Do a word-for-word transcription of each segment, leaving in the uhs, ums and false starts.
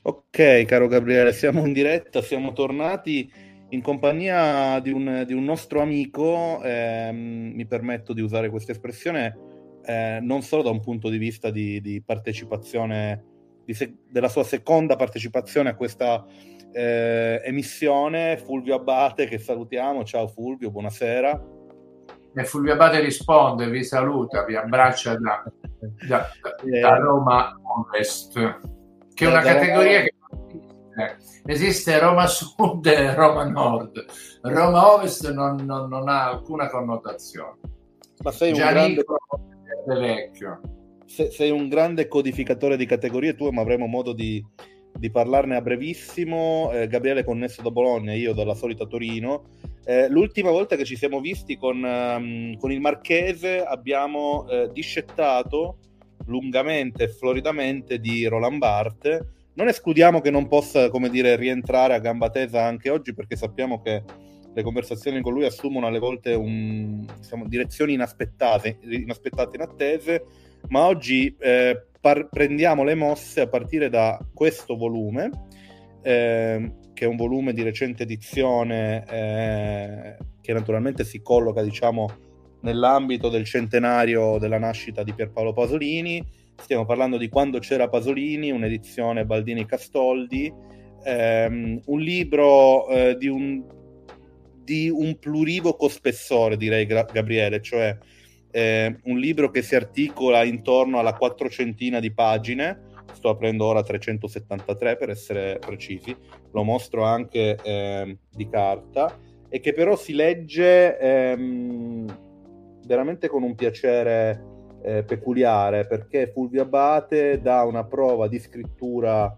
Ok, caro Gabriele, siamo in diretta, siamo tornati in compagnia di un, di un nostro amico, ehm, mi permetto di usare questa espressione, eh, non solo da un punto di vista di, di partecipazione, di se- della sua seconda partecipazione a questa eh, emissione, Fulvio Abbate, che salutiamo. Ciao Fulvio, buonasera. E Fulvio Abate risponde, vi saluta, vi abbraccia da, da- da- da Eh, Roma Ovest, che è da, una da categoria Roma. che non esiste. Esiste Roma Sud e Roma Nord. Roma Ovest non, non- non ha alcuna connotazione. Ma sei un grande Gianicolo Verde Vecchio. se- sei un grande codificatore di categorie tue, ma avremo modo di, di parlarne a brevissimo. Eh, Gabriele connesso da Bologna, io dalla solita Torino. Eh, l'ultima volta che ci siamo visti con, ehm, con il Marchese abbiamo eh, discettato lungamente e floridamente di Roland Barthes. Non escludiamo che non possa, come dire, rientrare a gamba tesa anche oggi, perché sappiamo che le conversazioni con lui assumono alle volte un, diciamo, direzioni inaspettate, inaspettate, inattese, ma oggi eh, par- prendiamo le mosse a partire da questo volume, eh, che è un volume di recente edizione, eh, che naturalmente si colloca, diciamo, nell'ambito del centenario della nascita di Pierpaolo Pasolini. Stiamo parlando di Quando c'era Pasolini, un'edizione Baldini Castoldi, ehm, un libro eh, di un di un plurivoco spessore, direi, Gabriele, cioè eh, un libro che si articola intorno alla quattrocentina di pagine. Sto aprendo ora trecentosettantatré per essere precisi, lo mostro anche eh, di carta, e che però si legge ehm, veramente con un piacere eh, peculiare, perché Fulvio Abate dà una prova di scrittura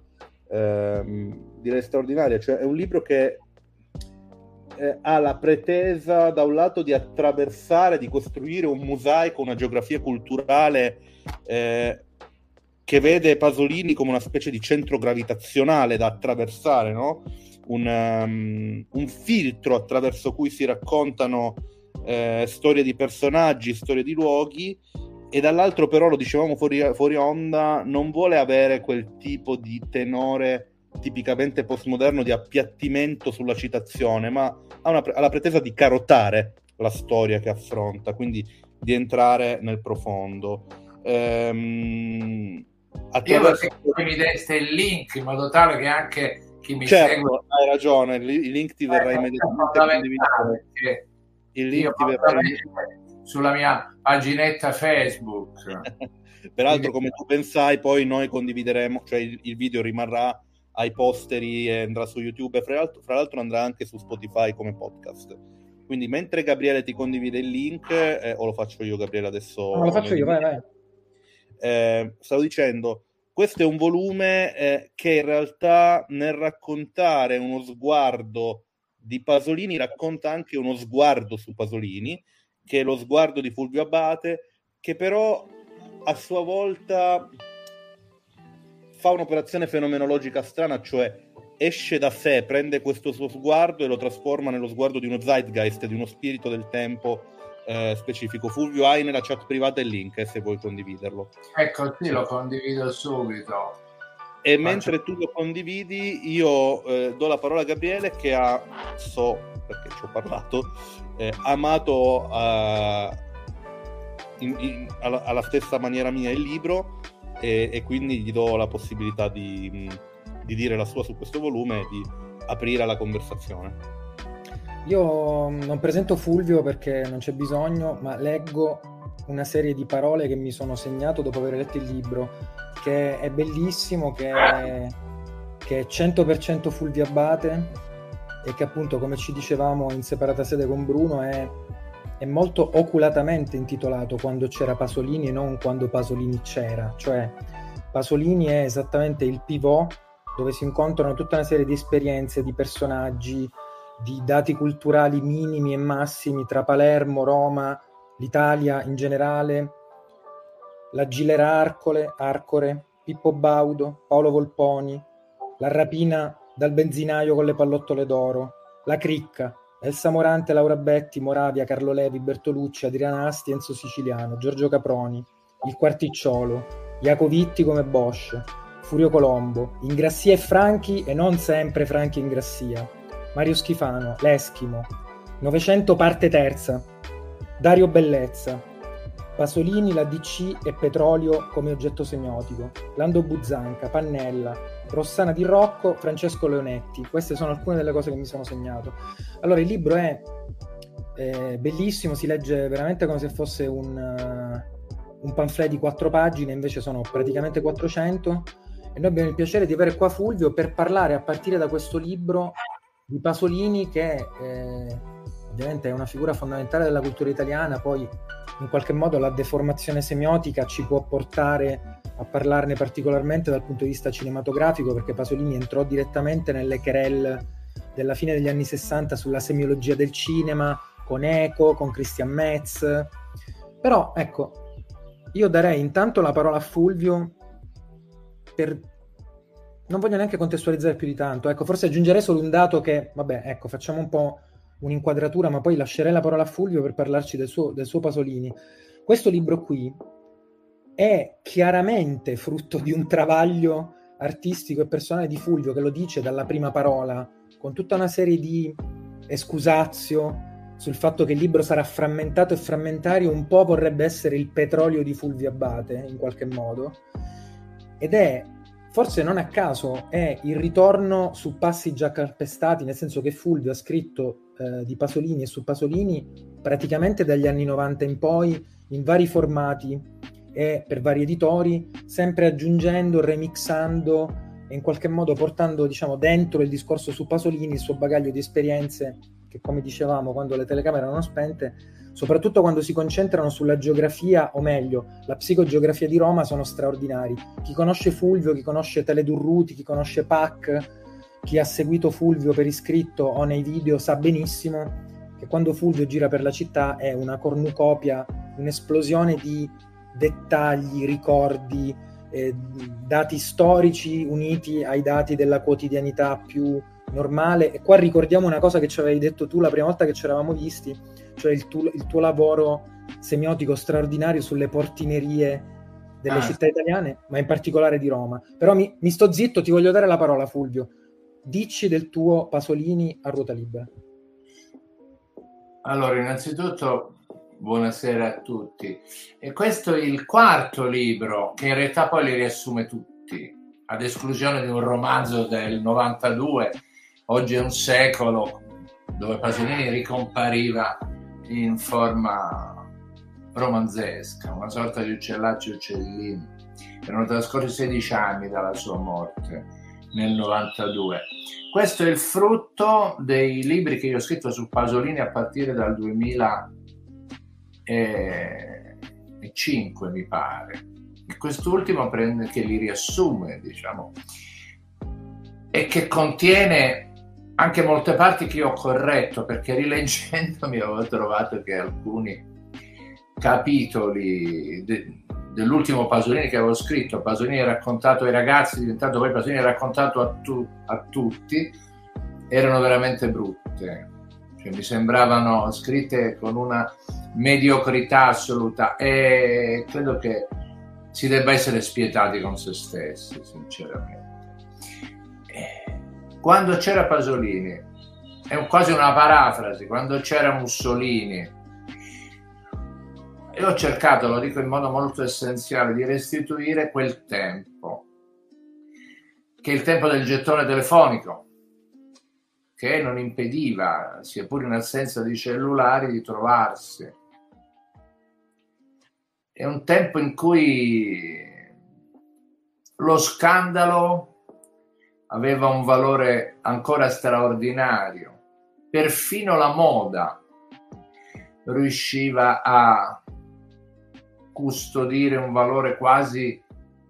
ehm, direi straordinaria. Cioè è un libro che eh, ha la pretesa da un lato di attraversare, di costruire un mosaico, una geografia culturale eh, che vede Pasolini come una specie di centro gravitazionale da attraversare, no? Un, um, un filtro attraverso cui si raccontano eh, storie di personaggi, storie di luoghi, e dall'altro però, lo dicevamo fuori, fuori onda, non vuole avere quel tipo di tenore tipicamente postmoderno di appiattimento sulla citazione, ma ha, una, ha la pretesa di carotare la storia che affronta, quindi di entrare nel profondo. Ehm, Io attraverso... vorrei che mi deste il link in modo tale che anche chi mi segue. Certo, hai ragione, il, il link ti verrà Eh, è immediatamente condiviso. fondamentale che Il io link ti verrà possa immediatamente. vedere sulla mia paginetta Facebook. Peraltro, Quindi, come tu ben sai, poi noi condivideremo, cioè il, il video rimarrà ai posteri e andrà su YouTube, e fra l'altro, fra l'altro andrà anche su Spotify come podcast. Quindi mentre Gabriele ti condivide il link, eh, o lo faccio io, Gabriele, adesso... No, lo faccio io, vai, vai. Eh, stavo dicendo, questo è un volume eh, che in realtà, nel raccontare uno sguardo di Pasolini, racconta anche uno sguardo su Pasolini, che è lo sguardo di Fulvio Abate, che però a sua volta fa un'operazione fenomenologica strana, cioè esce da sé, prende questo suo sguardo e lo trasforma nello sguardo di uno zeitgeist, di uno spirito del tempo eh, specifico. Fulvio, hai nella chat privata il link, eh, se vuoi condividerlo. ecco, sì, lo condivido subito. E Faccio... mentre tu lo condividi, io eh, do la parola a Gabriele, che ha, so perché ci ho parlato, eh, amato uh, in, in, alla, alla stessa maniera mia il libro, e, e quindi gli do la possibilità di, di dire la sua su questo volume e di aprire la conversazione. Io non presento Fulvio perché non c'è bisogno, ma leggo una serie di parole che mi sono segnato dopo aver letto il libro, che è bellissimo, che è, che è cento per cento Fulvio Abate, e che appunto, come ci dicevamo in separata sede con Bruno, è, è molto oculatamente intitolato Quando c'era Pasolini e non Quando Pasolini c'era. Cioè Pasolini è esattamente il pivot dove si incontrano tutta una serie di esperienze, di personaggi, di dati culturali minimi e massimi tra Palermo, Roma, l'Italia in generale, la Gilera Arcole, Arcore, Pippo Baudo, Paolo Volponi, la rapina dal benzinaio con le pallottole d'oro, la cricca, Elsa Morante, Laura Betti, Moravia, Carlo Levi, Bertolucci, Adriana Asti, Enzo Siciliano, Giorgio Caproni, il Quarticciolo, Jacovitti come Bosch, Furio Colombo, Ingrassia e Franchi e non sempre Franchi e Ingrassia, Mario Schifano, L'Eschimo, Novecento parte terza, Dario Bellezza, Pasolini, la D C e petrolio come oggetto semiotico, Lando Buzzanca, Pannella, Rossana Di Rocco, Francesco Leonetti. Queste sono alcune delle cose che mi sono segnato. Allora, il libro è eh, bellissimo, si legge veramente come se fosse un, uh, un pamphlet di quattro pagine, invece sono praticamente quattrocento, e noi abbiamo il piacere di avere qua Fulvio per parlare a partire da questo libro di Pasolini, che eh, ovviamente è una figura fondamentale della cultura italiana. Poi in qualche modo la deformazione semiotica ci può portare a parlarne particolarmente dal punto di vista cinematografico, perché Pasolini entrò direttamente nelle querelle della fine degli anni sessanta sulla semiologia del cinema, con Eco, con Christian Metz. Però ecco, io darei intanto la parola a Fulvio per... non voglio neanche contestualizzare più di tanto, ecco, forse aggiungerei solo un dato che, vabbè, ecco, facciamo un po' un'inquadratura, ma poi lascerei la parola a Fulvio per parlarci del suo, del suo Pasolini. Questo libro qui è chiaramente frutto di un travaglio artistico e personale di Fulvio, che lo dice dalla prima parola, con tutta una serie di excusatio sul fatto che il libro sarà frammentato e frammentario, un po' vorrebbe essere il petrolio di Fulvio Abbate, in qualche modo, ed è, forse non a caso, è il ritorno su passi già calpestati, nel senso che Fulvio ha scritto eh, di Pasolini e su Pasolini praticamente dagli anni novanta in poi, in vari formati e per vari editori, sempre aggiungendo, remixando e in qualche modo portando, diciamo, dentro il discorso su Pasolini il suo bagaglio di esperienze che, come dicevamo, quando le telecamere erano spente, soprattutto quando si concentrano sulla geografia, o meglio, la psicogeografia di Roma, sono straordinari. Chi conosce Fulvio, chi conosce Tele Durruti, chi conosce P A C, chi ha seguito Fulvio per iscritto o nei video, sa benissimo che quando Fulvio gira per la città è una cornucopia, un'esplosione di dettagli, ricordi, eh, dati storici uniti ai dati della quotidianità più normale. E qua ricordiamo una cosa che ci avevi detto tu la prima volta che ci eravamo visti, cioè il tuo, il tuo lavoro semiotico straordinario sulle portinerie delle ah. città italiane, ma in particolare di Roma. Però mi, mi sto zitto, ti voglio dare la parola, Fulvio. Dici del tuo Pasolini a ruota libera. Allora, innanzitutto buonasera a tutti. E questo è il quarto libro, che in realtà poi li riassume tutti, ad esclusione di un romanzo del novantadue, Oggi è un secolo, dove Pasolini ricompariva in forma romanzesca, una sorta di uccellacci uccellini. Erano trascorsi sedici anni dalla sua morte nel novantadue. Questo è il frutto dei libri che io ho scritto su Pasolini a partire dal duemilacinque, mi pare. E quest'ultimo prende, che li riassume, diciamo, e che contiene anche molte parti che io ho corretto, perché rileggendomi avevo trovato che alcuni capitoli de, dell'ultimo Pasolini che avevo scritto, Pasolini raccontato ai ragazzi, diventato poi Pasolini raccontato a, tu, a tutti, erano veramente brutte, cioè mi sembravano scritte con una mediocrità assoluta, e credo che si debba essere spietati con se stessi, sinceramente. Quando c'era Pasolini, è quasi una parafrasi, quando c'era Mussolini, io ho cercato, lo dico in modo molto essenziale, di restituire quel tempo, che è il tempo del gettone telefonico, che non impediva, sia pure in assenza di cellulari, di trovarsi. È un tempo in cui lo scandalo aveva un valore ancora straordinario, perfino la moda riusciva a custodire un valore quasi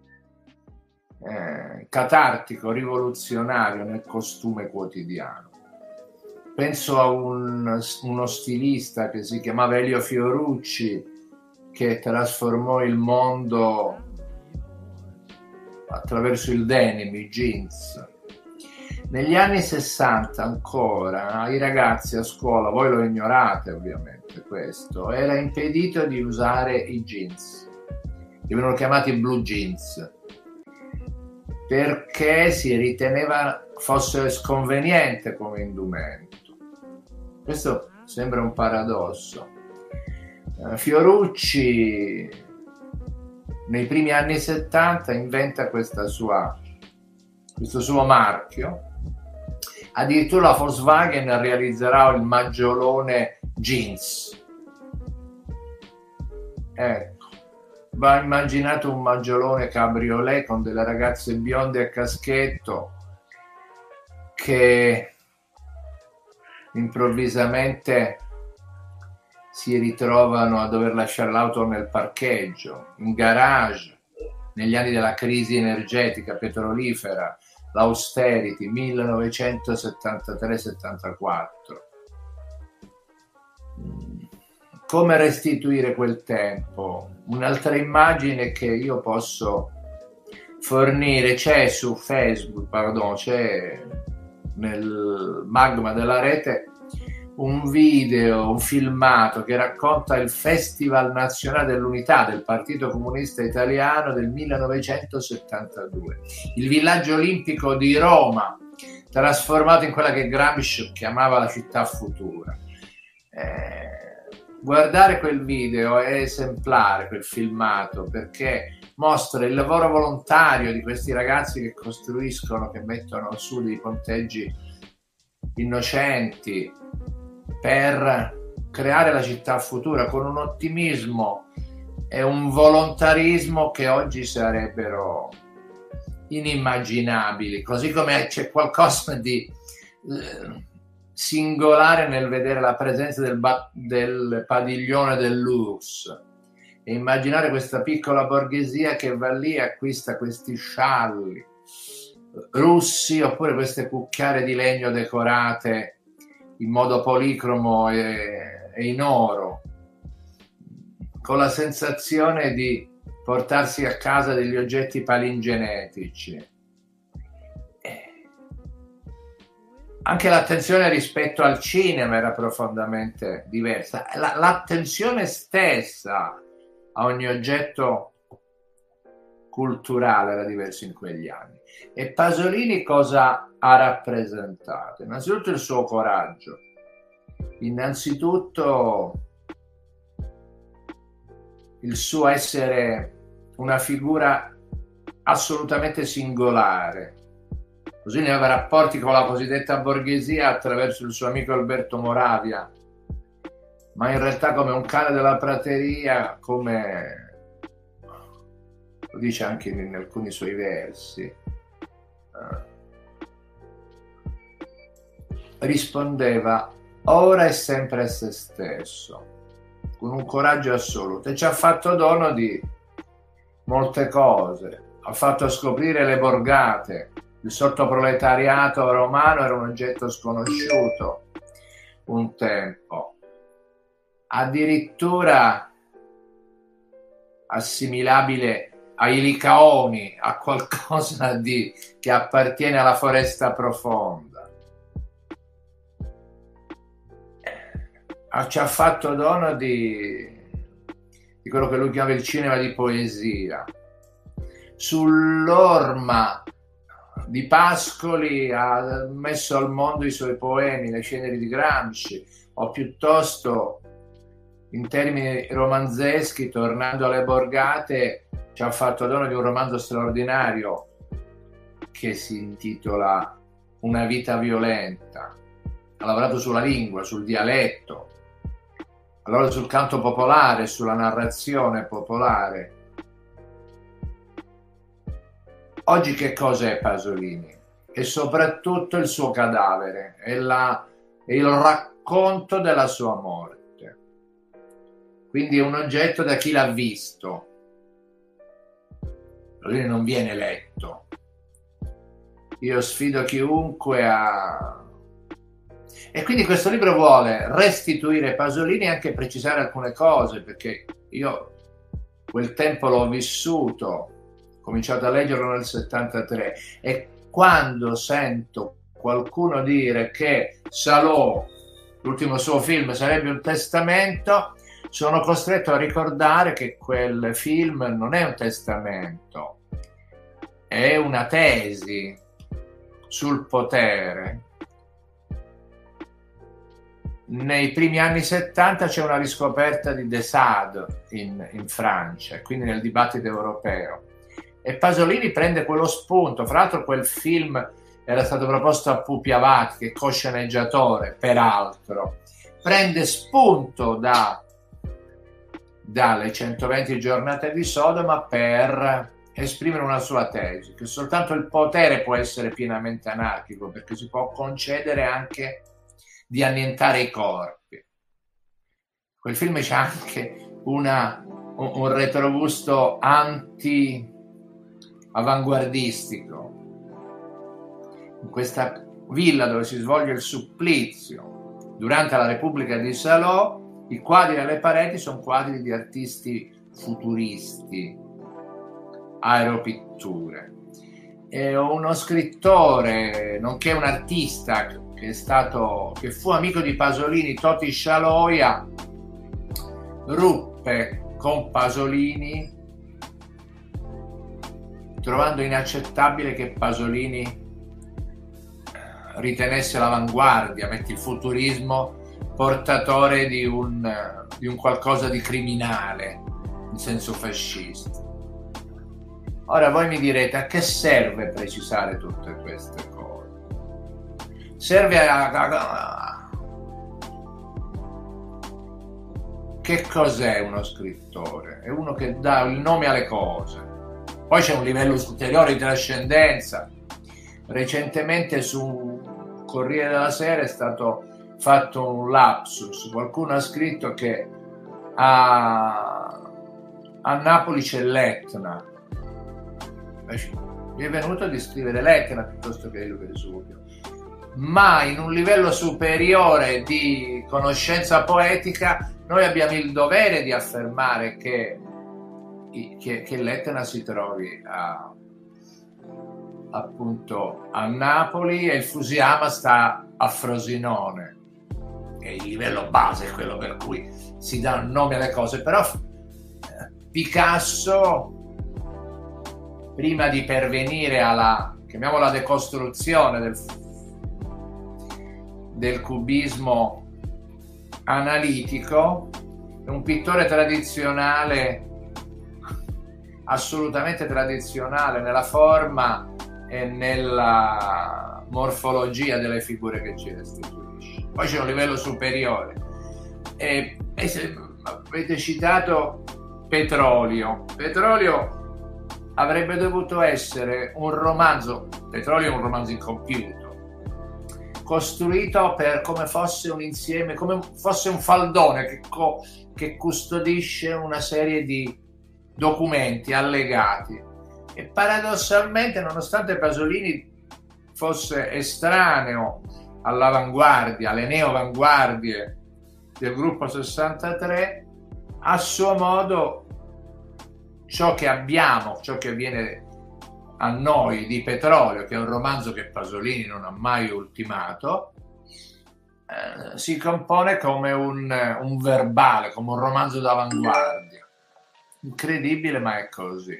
eh, catartico, rivoluzionario nel costume quotidiano. Penso a un, uno stilista che si chiamava Elio Fiorucci, che trasformò il mondo attraverso il denim, i jeans. Negli anni sessanta ancora ai ragazzi a scuola, voi lo ignorate ovviamente questo, era impedito di usare i jeans, che venivano chiamati blue jeans. perché si riteneva fosse sconveniente come indumento. Questo sembra un paradosso. Fiorucci nei primi anni settanta inventa questa sua, questo suo marchio. Addirittura la Volkswagen realizzerà il maggiolone jeans. Ecco, va immaginato un maggiolone cabriolet con delle ragazze bionde a caschetto che improvvisamente si ritrovano a dover lasciare l'auto nel parcheggio, in garage, negli anni della crisi energetica petrolifera, l'austerity, millenovecentosettantatré settantaquattro. Come restituire quel tempo? Un'altra immagine che io posso fornire, c'è su Facebook, pardon, c'è nel magma della rete un video, un filmato che racconta il Festival Nazionale dell'Unità del Partito Comunista Italiano del millenovecentosettantadue. Il villaggio olimpico di Roma, trasformato in quella che Gramsci chiamava la città futura. Eh, guardare quel video è esemplare, quel filmato, perché mostra il lavoro volontario di questi ragazzi che costruiscono, che mettono su dei ponteggi innocenti per creare la città futura con un ottimismo e un volontarismo che oggi sarebbero inimmaginabili, così come c'è qualcosa di eh, singolare nel vedere la presenza del, ba- del padiglione dell'U R S S e immaginare questa piccola borghesia che va lì e acquista questi scialli russi oppure queste cucchiare di legno decorate in modo policromo e, e in oro, con la sensazione di portarsi a casa degli oggetti palingenetici. Anche l'attenzione rispetto al cinema era profondamente diversa. La, l'attenzione stessa a ogni oggetto culturale era diversa in quegli anni. E Pasolini cosa ha rappresentato? Innanzitutto il suo coraggio, innanzitutto il suo essere una figura assolutamente singolare. Così ne aveva rapporti con la cosiddetta borghesia attraverso il suo amico Alberto Moravia, ma in realtà come un cane della prateria, come lo dice anche in alcuni suoi versi, rispondeva ora e sempre a se stesso, con un coraggio assoluto, e ci ha fatto dono di molte cose. Ha fatto scoprire le borgate. Il sottoproletariato romano era un oggetto sconosciuto un tempo, addirittura assimilabile ai licaoni, a qualcosa di, che appartiene alla foresta profonda. Ci ha fatto dono di, di quello che lui chiama il cinema di poesia. Sull'orma di Pascoli ha messo al mondo i suoi poemi, le ceneri di Gramsci, o piuttosto in termini romanzeschi, tornando alle borgate, ci ha fatto dono di un romanzo straordinario che si intitola Una vita violenta. Ha lavorato sulla lingua, sul dialetto, ha lavorato sul canto popolare, sulla narrazione popolare. Oggi che cos'è Pasolini? È soprattutto il suo cadavere, è, la, è il racconto della sua morte. Quindi è un oggetto da chi l'ha visto. Pasolini non viene letto. Io sfido chiunque a... E quindi questo libro vuole restituire Pasolini e anche precisare alcune cose, perché io quel tempo l'ho vissuto, ho cominciato a leggerlo nel settantatré, e quando sento qualcuno dire che Salò, l'ultimo suo film, sarebbe un testamento, sono costretto a ricordare che quel film non è un testamento, è una tesi sul potere. Nei primi anni settanta c'è una riscoperta di De Sade in, in Francia, quindi nel dibattito europeo, e Pasolini prende quello spunto. Fra l'altro quel film era stato proposto a Pupi Avati, che è co-sceneggiatore, peraltro, prende spunto da, dalle centoventi giornate di Sodoma per esprimere una sua tesi, che soltanto il potere può essere pienamente anarchico, perché si può concedere anche di annientare i corpi. Quel film c'è anche una, un, un retrogusto anti-avanguardistico. In questa villa dove si svolge il supplizio durante la Repubblica di Salò, i quadri alle pareti sono quadri di artisti futuristi, aeropitture. E uno scrittore, nonché un artista che è stato, che fu amico di Pasolini, Toti Scialoia, ruppe con Pasolini, trovando inaccettabile che Pasolini ritenesse l'avanguardia, metti il futurismo, portatore di un, di un qualcosa di criminale in senso fascista. Ora voi mi direte, a che serve precisare tutte queste cose? Serve a, a, a... Che cos'è uno scrittore? È uno che dà il nome alle cose. Poi c'è un livello ulteriore di trascendenza. Recentemente su Corriere della Sera è stato fatto un lapsus. Qualcuno ha scritto che a, a Napoli c'è l'Etna. Mi è venuto di scrivere l'Etna piuttosto che il Vesuvio. Ma in un livello superiore di conoscenza poetica noi abbiamo il dovere di affermare che, che, che l'Etna si trovi a, appunto a Napoli e il Fusiyama sta a Frosinone. È il livello base, quello per cui si dà un nome alle cose. Però Picasso, prima di pervenire alla, chiamiamola, decostruzione del del cubismo analitico, è un pittore tradizionale, assolutamente tradizionale nella forma e nella morfologia delle figure che ci restituisce. Poi c'è un livello superiore. E, e se, avete citato Petrolio. Petrolio avrebbe dovuto essere un romanzo, Petrolio è un romanzo incompiuto, costruito per come fosse un insieme, come fosse un faldone che, co, che custodisce una serie di documenti allegati. E paradossalmente, nonostante Pasolini fosse estraneo all'avanguardia, alle neoavanguardie del gruppo sessantatré, a suo modo ciò che abbiamo, ciò che viene a noi di Petrolio, che è un romanzo che Pasolini non ha mai ultimato, eh, si compone come un, un verbale, come un romanzo d'avanguardia. Incredibile, ma è così.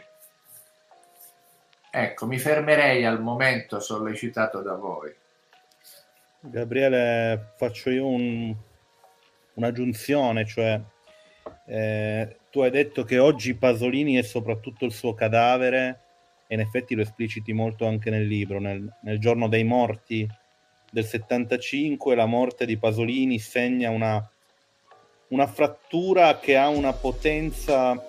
Ecco, mi fermerei al momento sollecitato da voi. Gabriele, faccio io un, un'aggiunzione, cioè eh, tu hai detto che oggi Pasolini è soprattutto il suo cadavere, e in effetti lo espliciti molto anche nel libro. Nel, nel Giorno dei Morti del settantacinque la morte di Pasolini segna una, una frattura che ha una potenza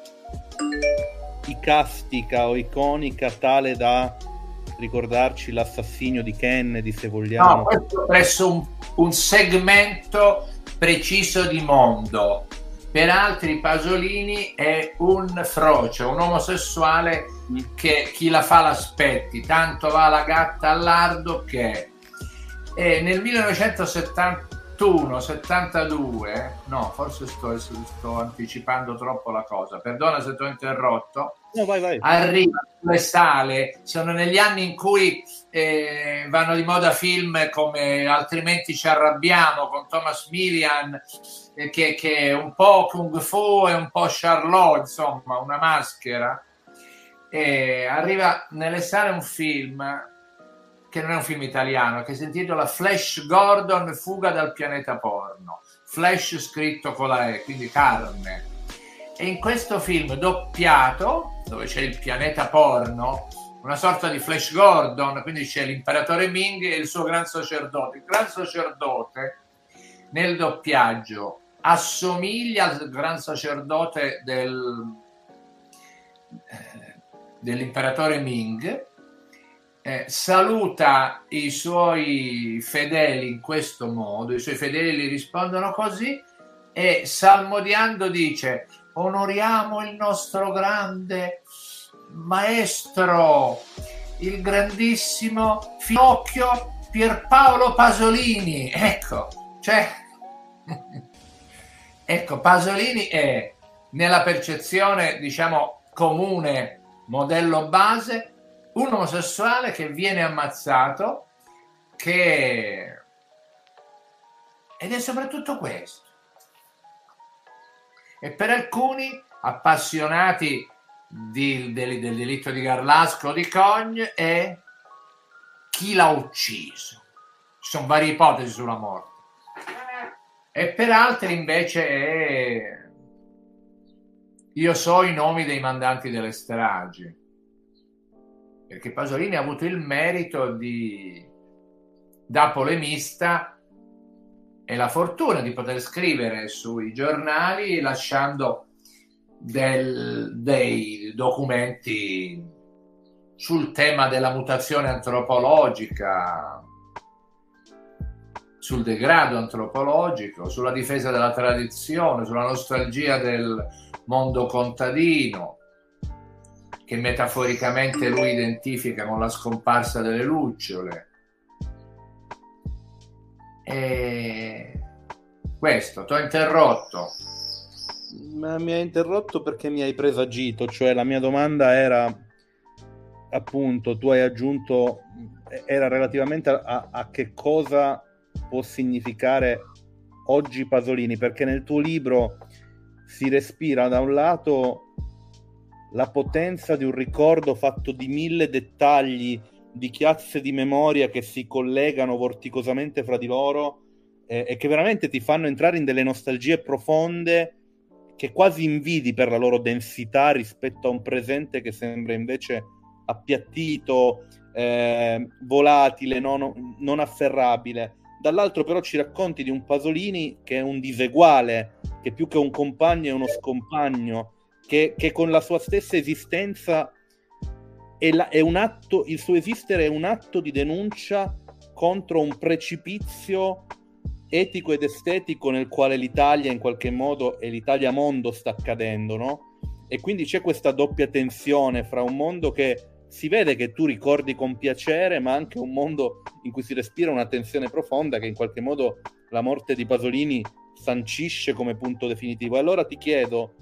icastica o iconica tale da ricordarci l'assassinio di Kennedy, se vogliamo. No, questo presso un, un segmento preciso di mondo. Per altri Pasolini è un frocio, un omosessuale che chi la fa l'aspetti, tanto va la gatta al lardo che... E nel millenovecentosettantuno settantadue, no, forse sto, sto anticipando troppo la cosa, perdona se ti ho interrotto, no, vai, vai. Arriva sulle sale, sono negli anni in cui eh, vanno di moda film come Altrimenti ci arrabbiamo con Thomas Milian, eh, che, che è un po' Kung Fu e un po' Charlot, insomma una maschera, e arriva nelle sale un film che non è un film italiano, che si intitola Flash Gordon, fuga dal pianeta porno. Flash scritto con la E, quindi carne. E in questo film doppiato, dove c'è il pianeta porno, una sorta di Flash Gordon, quindi c'è l'imperatore Ming e il suo gran sacerdote. Il gran sacerdote nel doppiaggio assomiglia al gran sacerdote del, eh, dell'imperatore Ming, eh, saluta i suoi fedeli in questo modo, i suoi fedeli gli rispondono così e salmodiando dice: onoriamo il nostro grande maestro, il grandissimo Finocchio Pierpaolo Pasolini. Ecco, cioè ecco, Pasolini è, nella percezione diciamo comune, modello base, un omosessuale che viene ammazzato, che ed è soprattutto questo. E per alcuni appassionati di, del, del delitto di Garlasco o di Cogne è chi l'ha ucciso. Ci sono varie ipotesi sulla morte. E per altri invece è io so i nomi dei mandanti delle stragi, perché Pasolini ha avuto il merito di, da polemista, e la fortuna di poter scrivere sui giornali lasciando del, dei documenti sul tema della mutazione antropologica, sul degrado antropologico, sulla difesa della tradizione, sulla nostalgia del mondo contadino, che metaforicamente lui identifica con la scomparsa delle lucciole. E questo, ti ho interrotto. Ma mi hai interrotto perché mi hai presagito, cioè la mia domanda era, appunto, tu hai aggiunto, era relativamente a, a che cosa può significare oggi Pasolini, perché nel tuo libro si respira da un lato la potenza di un ricordo fatto di mille dettagli, di chiazze di memoria che si collegano vorticosamente fra di loro eh, e che veramente ti fanno entrare in delle nostalgie profonde che quasi invidi per la loro densità rispetto a un presente che sembra invece appiattito, eh, volatile, non, non afferrabile. Dall'altro però ci racconti di un Pasolini che è un diseguale, che più che un compagno è uno scompagno, che, che con la sua stessa esistenza è, la, è un atto, il suo esistere è un atto di denuncia contro un precipizio etico ed estetico nel quale l'Italia in qualche modo e l'Italia mondo sta cadendo, no? E quindi c'è questa doppia tensione fra un mondo che si vede che tu ricordi con piacere, ma anche un mondo in cui si respira una tensione profonda che in qualche modo la morte di Pasolini sancisce come punto definitivo. E allora ti chiedo,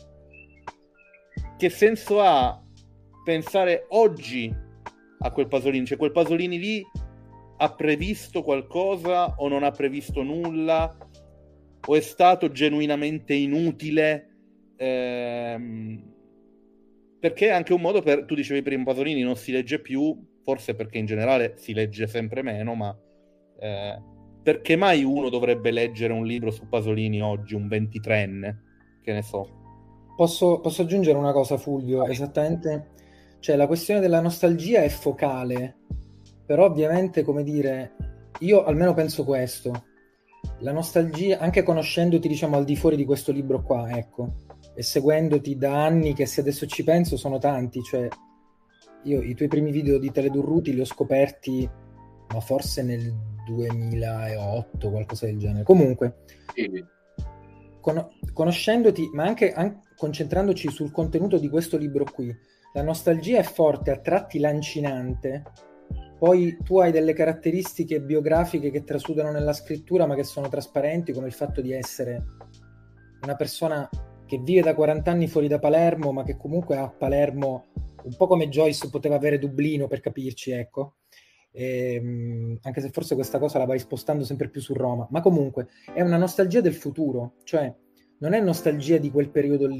che senso ha pensare oggi a quel Pasolini? Cioè quel Pasolini lì ha previsto qualcosa o non ha previsto nulla? O è stato genuinamente inutile? Ehm... Perché è anche un modo per, tu dicevi prima, Pasolini non si legge più, forse perché in generale si legge sempre meno, ma eh, perché mai uno dovrebbe leggere un libro su Pasolini oggi, un ventitreenne? Che ne so. Posso, posso aggiungere una cosa, Fulvio? Esattamente, cioè la questione della nostalgia è focale, però ovviamente, come dire, io almeno penso questo, la nostalgia, anche conoscendoti, diciamo, al di fuori di questo libro qua, ecco, e seguendoti da anni, che se adesso ci penso sono tanti, cioè io i tuoi primi video di Teledurruti li ho scoperti ma forse nel duemilaotto, qualcosa del genere. Comunque Sì. con- conoscendoti, ma anche, anche concentrandoci sul contenuto di questo libro qui, la nostalgia è forte, a tratti lancinante, poi tu hai delle caratteristiche biografiche che trasudano nella scrittura ma che sono trasparenti, come il fatto di essere una persona che vive da quaranta anni fuori da Palermo, ma che comunque a Palermo, un po' come Joyce poteva avere Dublino, per capirci, ecco. E, anche se forse questa cosa la vai spostando sempre più su Roma, ma comunque è una nostalgia del futuro, cioè non è nostalgia di quel periodo lì,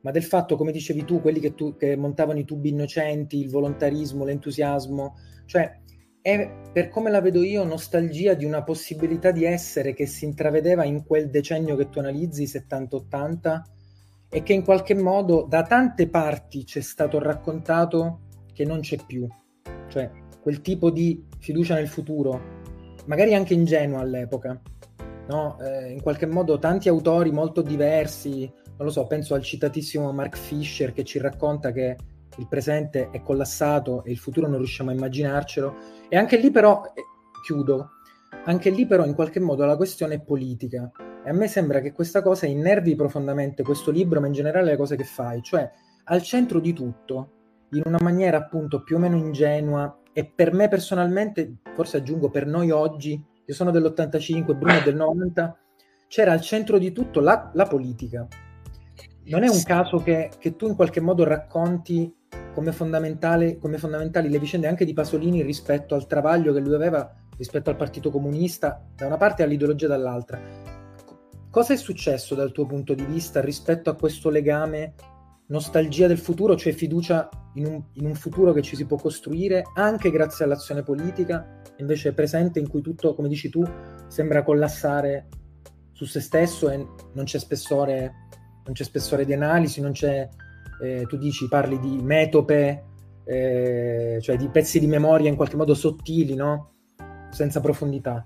ma del fatto, come dicevi tu, quelli che, tu, che montavano i tubi innocenti, il volontarismo, l'entusiasmo, cioè è, per come la vedo io, nostalgia di una possibilità di essere che si intravedeva in quel decennio che tu analizzi, settanta ottanta, e che in qualche modo da tante parti c'è stato raccontato che non c'è più. Cioè quel tipo di fiducia nel futuro, magari anche ingenua all'epoca, no? Eh, in qualche modo tanti autori molto diversi, non lo so, penso al citatissimo Mark Fisher che ci racconta che il presente è collassato e il futuro non riusciamo a immaginarcelo, e anche lì però, eh, chiudo, anche lì però in qualche modo la questione è politica, e a me sembra che questa cosa innervi profondamente questo libro, ma in generale le cose che fai, cioè al centro di tutto, in una maniera appunto più o meno ingenua, e per me personalmente, forse aggiungo per noi oggi, io sono dell'ottantacinque, Bruno è del novanta, c'era al centro di tutto la, la politica. Non è un caso che, che tu in qualche modo racconti come, fondamentale, come fondamentali le vicende anche di Pasolini rispetto al travaglio che lui aveva rispetto al Partito Comunista da una parte e all'ideologia dall'altra. Cosa è successo dal tuo punto di vista rispetto a questo legame, nostalgia del futuro, cioè fiducia in un, in un futuro che ci si può costruire anche grazie all'azione politica, invece presente in cui tutto, come dici tu, sembra collassare su se stesso e non c'è spessore, non c'è spessore di analisi, non c'è, eh, tu dici, parli di metope, eh, cioè di pezzi di memoria in qualche modo sottili, no? Senza profondità.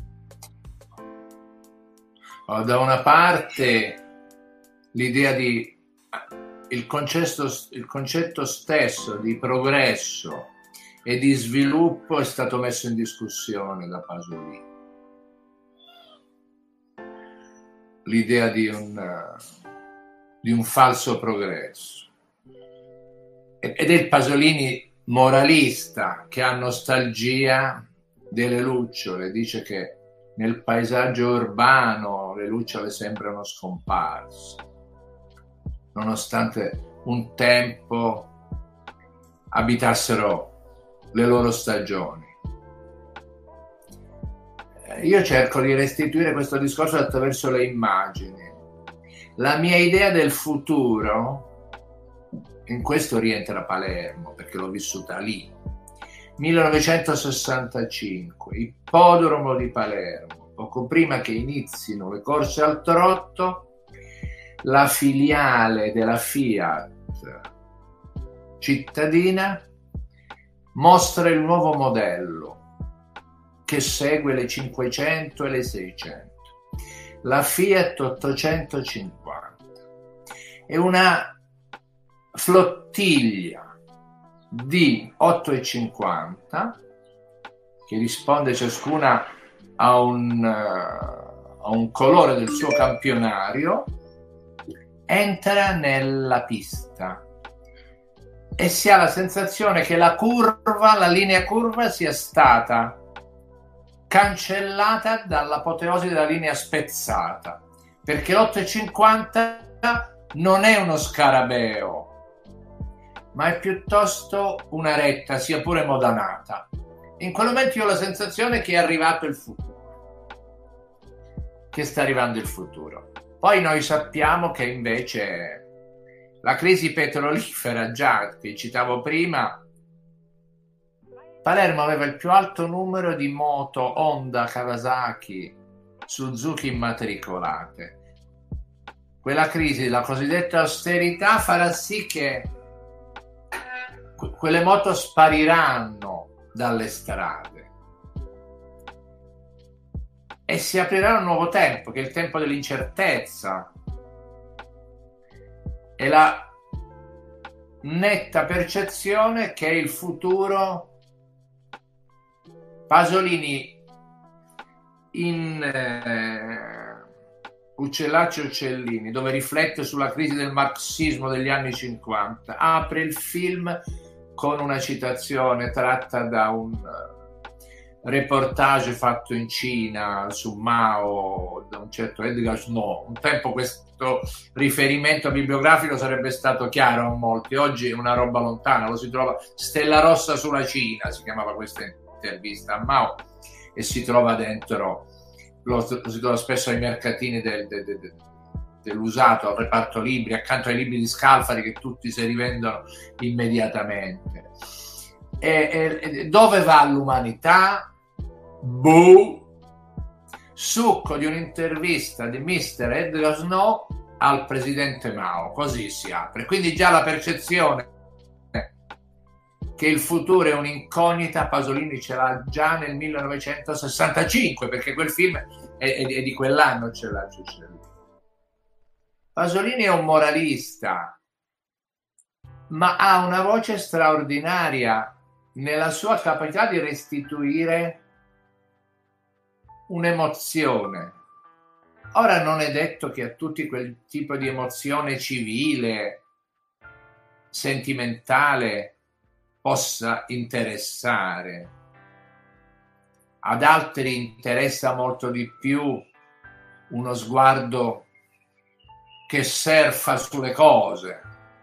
Da una parte l'idea di il concetto, il concetto stesso di progresso e di sviluppo è stato messo in discussione da Pasolini. L'idea di un, di un falso progresso. Ed è il Pasolini moralista che ha nostalgia delle lucciole, dice che nel paesaggio urbano le lucciole sembrano scomparse, nonostante un tempo abitassero le loro stagioni. Io cerco di restituire questo discorso attraverso le immagini. La mia idea del futuro, in questo rientra Palermo, perché l'ho vissuta lì. millenovecentosessantacinque, Ippodromo di Palermo, poco prima che inizino le corse al trotto, la filiale della Fiat cittadina mostra il nuovo modello che segue le cinquecento e le seicento, la Fiat ottocentocinquanta. È una flottiglia di otto e cinquanta che risponde ciascuna a un, uh, a un colore del suo campionario, entra nella pista e si ha la sensazione che la curva, la linea curva sia stata cancellata dall'apoteosi della linea spezzata, perché l'otto e cinquanta non è uno scarabeo, ma è piuttosto una retta, sia pure modanata. In quel momento io ho la sensazione che è arrivato il futuro, che sta arrivando il futuro. Poi noi sappiamo che invece la crisi petrolifera, già che citavo prima, Palermo aveva il più alto numero di moto Honda, Kawasaki, Suzuki immatricolate. Quella crisi, la cosiddetta austerità, farà sì che quelle moto spariranno dalle strade e si aprirà un nuovo tempo, che è il tempo dell'incertezza e la netta percezione che il futuro. Pasolini in eh, Uccellacci e Uccellini, dove riflette sulla crisi del marxismo degli anni cinquanta, apre il film con una citazione tratta da un reportage fatto in Cina su Mao da un certo Edgar Snow. Un tempo questo riferimento bibliografico sarebbe stato chiaro a molti, oggi è una roba lontana, lo si trova. Stella rossa sulla Cina si chiamava questa intervista a Mao e si trova dentro, lo, lo si trova spesso ai mercatini del, del, del, dell'usato al reparto libri, accanto ai libri di Scalfari che tutti si rivendono immediatamente. E, e dove va l'umanità? Boh! Succo di un'intervista di mister Edgar Snow al presidente Mao, così si apre. Quindi già la percezione che il futuro è un'incognita Pasolini ce l'ha già nel millenovecentosessantacinque, perché quel film è, è, è di quell'anno, ce l'ha già. Pasolini è un moralista, ma ha una voce straordinaria nella sua capacità di restituire un'emozione. Ora non è detto che a tutti quel tipo di emozione civile, sentimentale, possa interessare. Ad altri interessa molto di più uno sguardo che surfa sulle cose.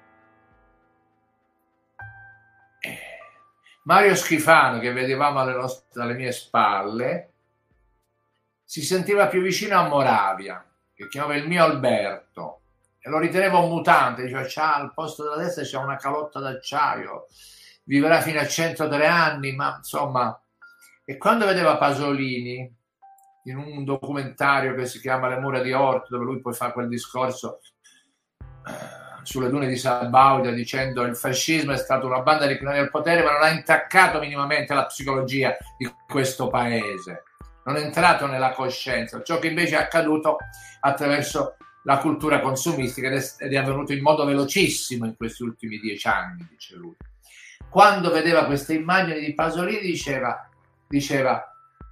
Mario Schifano, che vedevamo alle, nostre, alle mie spalle, si sentiva più vicino a Moravia, che chiamava il mio Alberto, e lo riteneva un mutante, diceva c'ha al posto della destra c'è una calotta d'acciaio, vivrà fino a centotré anni, ma insomma. E quando vedeva Pasolini in un documentario che si chiama Le mura di Orto, dove lui poi fa quel discorso eh, sulle dune di Sabaudia dicendo il fascismo è stata una banda di criminali al potere, ma non ha intaccato minimamente la psicologia di questo paese, non è entrato nella coscienza, ciò che invece è accaduto attraverso la cultura consumistica ed è avvenuto in modo velocissimo in questi ultimi dieci anni, dice lui. Quando vedeva queste immagini di Pasolini diceva, diceva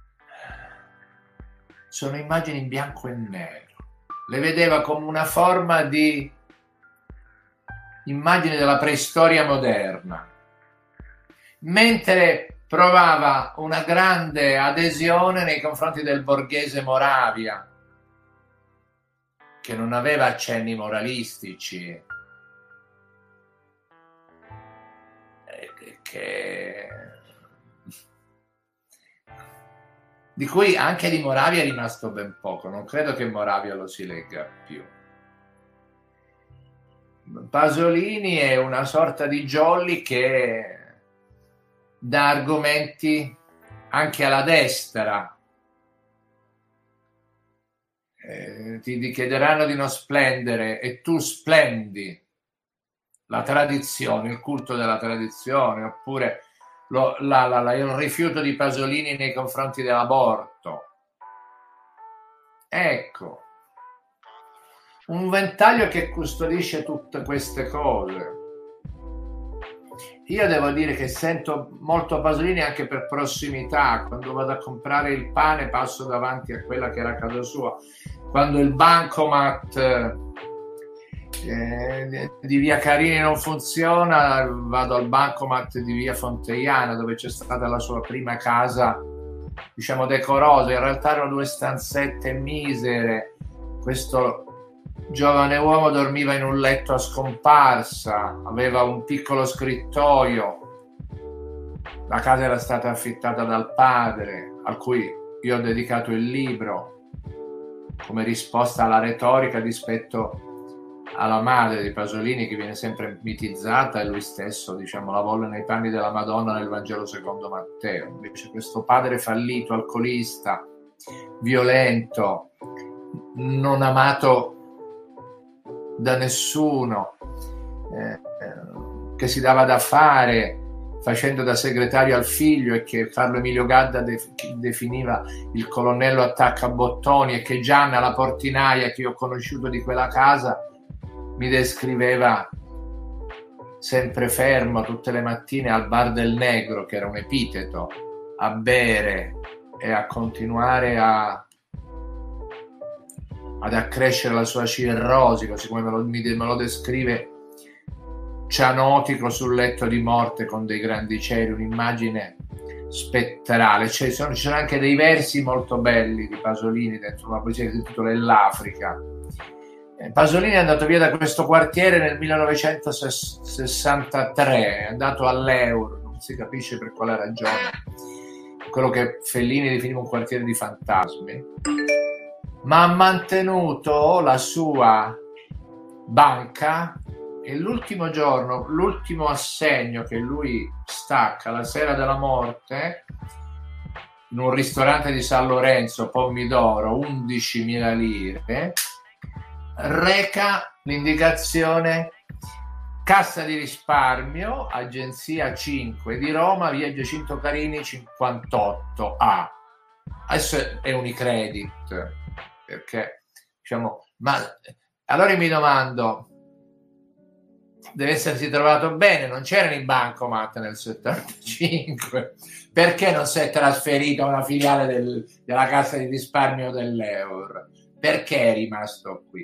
sono immagini in bianco e nero, le vedeva come una forma di immagini della preistoria moderna, mentre provava una grande adesione nei confronti del borghese Moravia, che non aveva accenni moralistici, che... di cui anche di Moravia è rimasto ben poco, non credo che Moravia lo si legga più. Pasolini è una sorta di jolly che dà argomenti anche alla destra. Eh, ti chiederanno di non splendere e tu splendi. La tradizione, il culto della tradizione, oppure lo, la, la, la, il rifiuto di Pasolini nei confronti dell'aborto. Ecco, un ventaglio che custodisce tutte queste cose. Io devo dire che sento molto Pasolini anche per prossimità. Quando vado a comprare il pane passo davanti a quella che era casa sua. Quando il bancomat eh, di via Carini non funziona, vado al bancomat di via Fonteiana, dove c'è stata la sua prima casa, diciamo decorosa. In realtà erano due stanzette misere. Questo giovane uomo dormiva in un letto a scomparsa, aveva un piccolo scrittoio. La casa era stata affittata dal padre, a cui io ho dedicato il libro come risposta alla retorica rispetto alla madre di Pasolini, che viene sempre mitizzata, e lui stesso, diciamo, la volle nei panni della Madonna nel Vangelo secondo Matteo. Invece questo padre fallito, alcolista, violento, non amato da nessuno, eh, che si dava da fare facendo da segretario al figlio, e che Carlo Emilio Gadda de- definiva il colonnello attaccabottoni, e che Gianna, la portinaia che io ho conosciuto di quella casa, mi descriveva sempre fermo tutte le mattine al bar del Negro, che era un epiteto, a bere e a continuare a ad accrescere la sua cirrosi, così come me lo, me lo descrive cianotico sul letto di morte con dei grandi cieli, un'immagine spettrale. Cioè, sono, ci sono anche dei versi molto belli di Pasolini dentro una poesia che si intitola L'Africa. Eh, Pasolini è andato via da questo quartiere nel millenovecentosessantatré, è andato all'Euro, non si capisce per quale ragione, quello che Fellini definiva un quartiere di fantasmi, ma ha mantenuto la sua banca, e l'ultimo giorno, l'ultimo assegno che lui stacca la sera della morte in un ristorante di San Lorenzo, Pomidoro, undicimila lire, reca l'indicazione Cassa di risparmio, agenzia cinque di Roma, via Giacinto Carini cinquantotto A. Adesso è Unicredit, perché diciamo, ma allora mi domando, deve essersi trovato bene, non c'erano i bancomat nel settantacinque, perché non si è trasferito a una filiale del, della Cassa di risparmio dell'Eur? Perché è rimasto qui?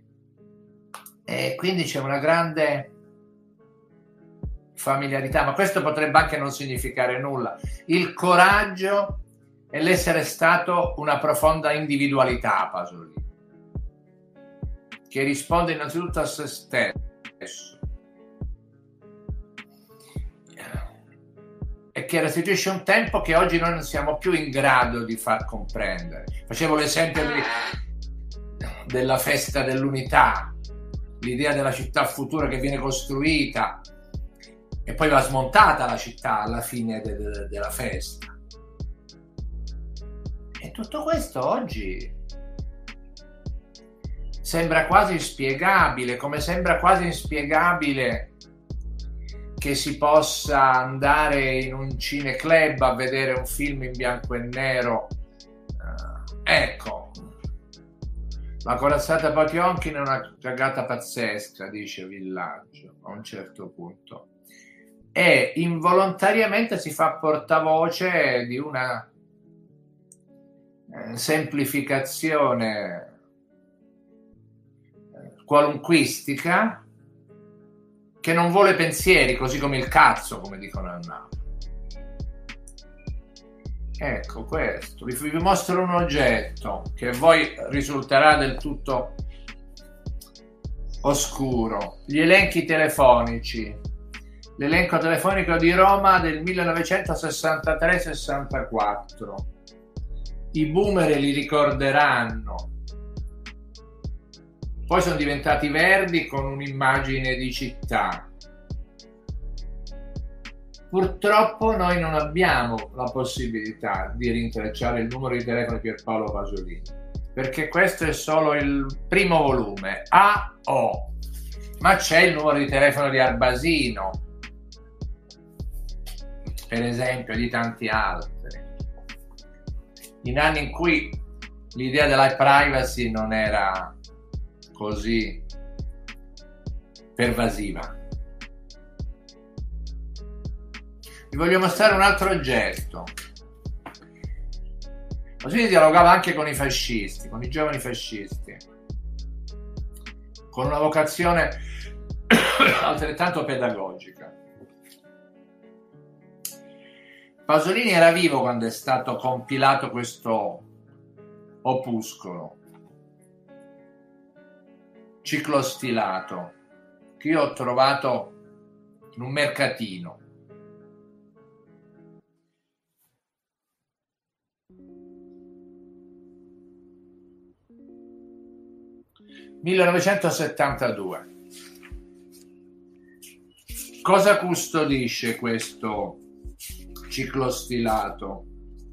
E quindi c'è una grande familiarità, ma questo potrebbe anche non significare nulla. Il coraggio e l'essere stato una profonda individualità, Pasolini, che risponde innanzitutto a se stesso e che restituisce un tempo che oggi noi non siamo più in grado di far comprendere. Facevo l'esempio di, della festa dell'unità, l'idea della città futura che viene costruita e poi va smontata la città alla fine de- de- della festa. E tutto questo oggi sembra quasi inspiegabile, come sembra quasi inspiegabile che si possa andare in un cineclub a vedere un film in bianco e nero. Uh, ecco, la corazzata Potionkin è una cagata pazzesca, dice Villaggio a un certo punto, e involontariamente si fa portavoce di una eh, semplificazione eh, qualunquistica che non vuole pensieri, così come il cazzo, come dicono a Napoli. Ecco questo, vi, vi mostro un oggetto che a voi risulterà del tutto oscuro. Gli elenchi telefonici. L'elenco telefonico di Roma del millenovecentosessantatré sessantaquattro. I boomer li ricorderanno. Poi sono diventati verdi con un'immagine di città. Purtroppo noi non abbiamo la possibilità di rintracciare il numero di telefono di Pierpaolo Pasolini, perché questo è solo il primo volume, A O, ma c'è il numero di telefono di Arbasino, per esempio, di tanti altri, in anni in cui l'idea della privacy non era così pervasiva. Vi voglio mostrare un altro oggetto. Così dialogava anche con i fascisti, con i giovani fascisti, con una vocazione altrettanto pedagogica. Pasolini era vivo quando è stato compilato questo opuscolo ciclostilato che io ho trovato in un mercatino. millenovecentosettantadue. Cosa custodisce questo ciclostilato?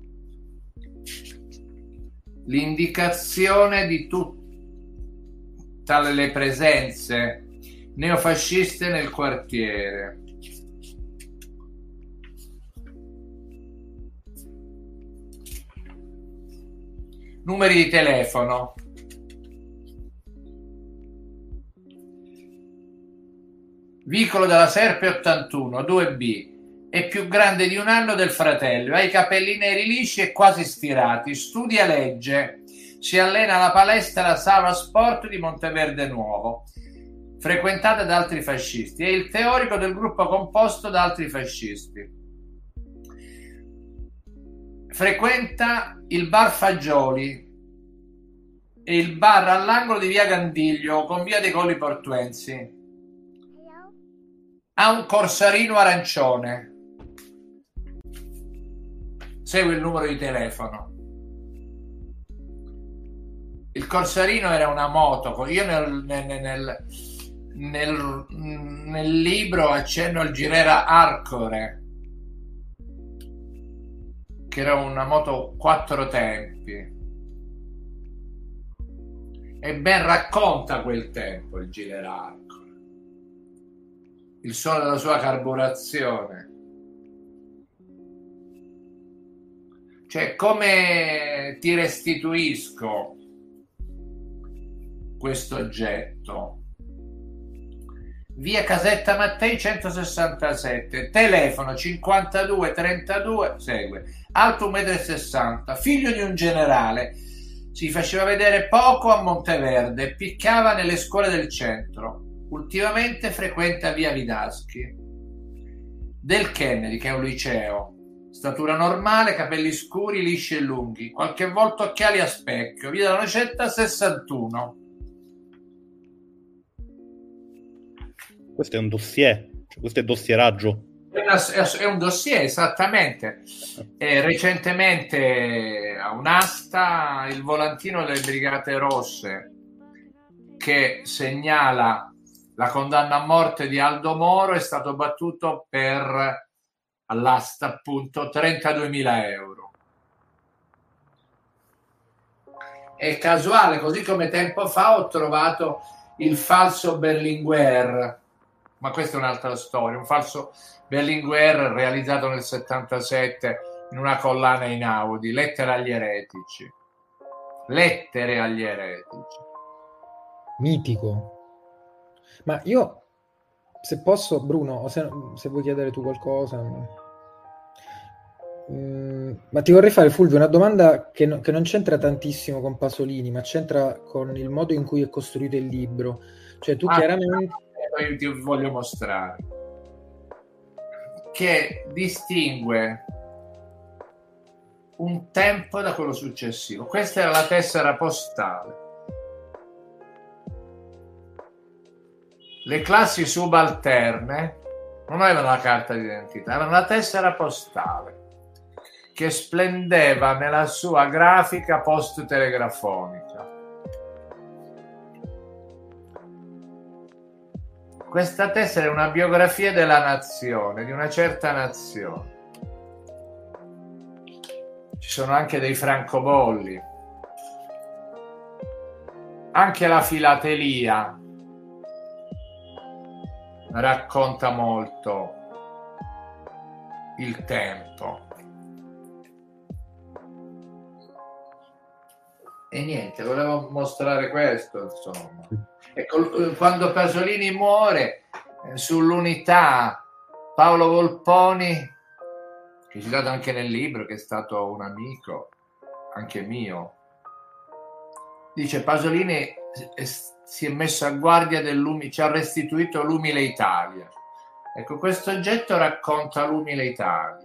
L'indicazione di tutte le presenze neofasciste nel quartiere. Numeri di telefono. Vicolo della Serpe ottantuno, due B. È più grande di un anno del fratello, ha i capelli neri lisci e quasi stirati, studia legge, si allena alla palestra Sava Sport di Monteverde Nuovo, frequentata da altri fascisti. È il teorico del gruppo composto da altri fascisti. Frequenta il bar Fagioli e il bar all'angolo di via Gandiglio con via dei Colli Portuensi. Ha un corsarino arancione. Segue il numero di telefono. Il corsarino era una moto. Io nel, nel, nel, nel, nel libro accenno al Girera Arcore, che era una moto quattro tempi, e ben racconta quel tempo il Girera Arcore, il suono della sua carburazione. Cioè, come ti restituisco questo oggetto? Via Casetta Mattei centosessantasette, telefono cinquantadue trentadue, segue, alto un metro e sessanta, figlio di un generale, si faceva vedere poco a Monteverde, piccava nelle scuole del centro, ultimamente frequenta via Vidaschi. Del Kennedy, che è un liceo, statura normale, capelli scuri, lisci e lunghi, qualche volta occhiali a specchio, via della Nocetta sessantuno. Questo è un dossier, cioè questo è dossieraggio. È, una, è un dossier, esattamente. E recentemente a un'asta il volantino delle Brigate Rosse che segnala la condanna a morte di Aldo Moro è stato battuto per, all'asta appunto, trentaduemila euro. È casuale, così come tempo fa ho trovato il falso Berlinguer, ma questa è un'altra storia, un falso Berlinguer realizzato nel settantasette in una collana in Audi, Lettere agli eretici. Lettere agli eretici. Mitico. Ma io, se posso, Bruno, o se, se vuoi chiedere tu qualcosa, mm, ma ti vorrei fare, Fulvio, una domanda che, no, che non c'entra tantissimo con Pasolini, ma c'entra con il modo in cui è costruito il libro. Cioè tu ah, chiaramente... Io ti voglio mostrare che distingue un tempo da quello successivo. Questa era la tessera postale. Le classi subalterne non avevano la carta d'identità, avevano la tessera postale che splendeva nella sua grafica post-telegrafonica. Questa tessera è una biografia della nazione, di una certa nazione. Ci sono anche dei francobolli. Anche la filatelia racconta molto il tempo. E niente, volevo mostrare questo, insomma. Ecco, quando Pasolini muore, eh, sull'Unità, Paolo Volponi, che è citato anche nel libro, che è stato un amico anche mio, dice: Pasolini si è messo a guardia dell'umile, ci ha restituito l'umile Italia. Ecco, questo oggetto racconta l'umile Italia.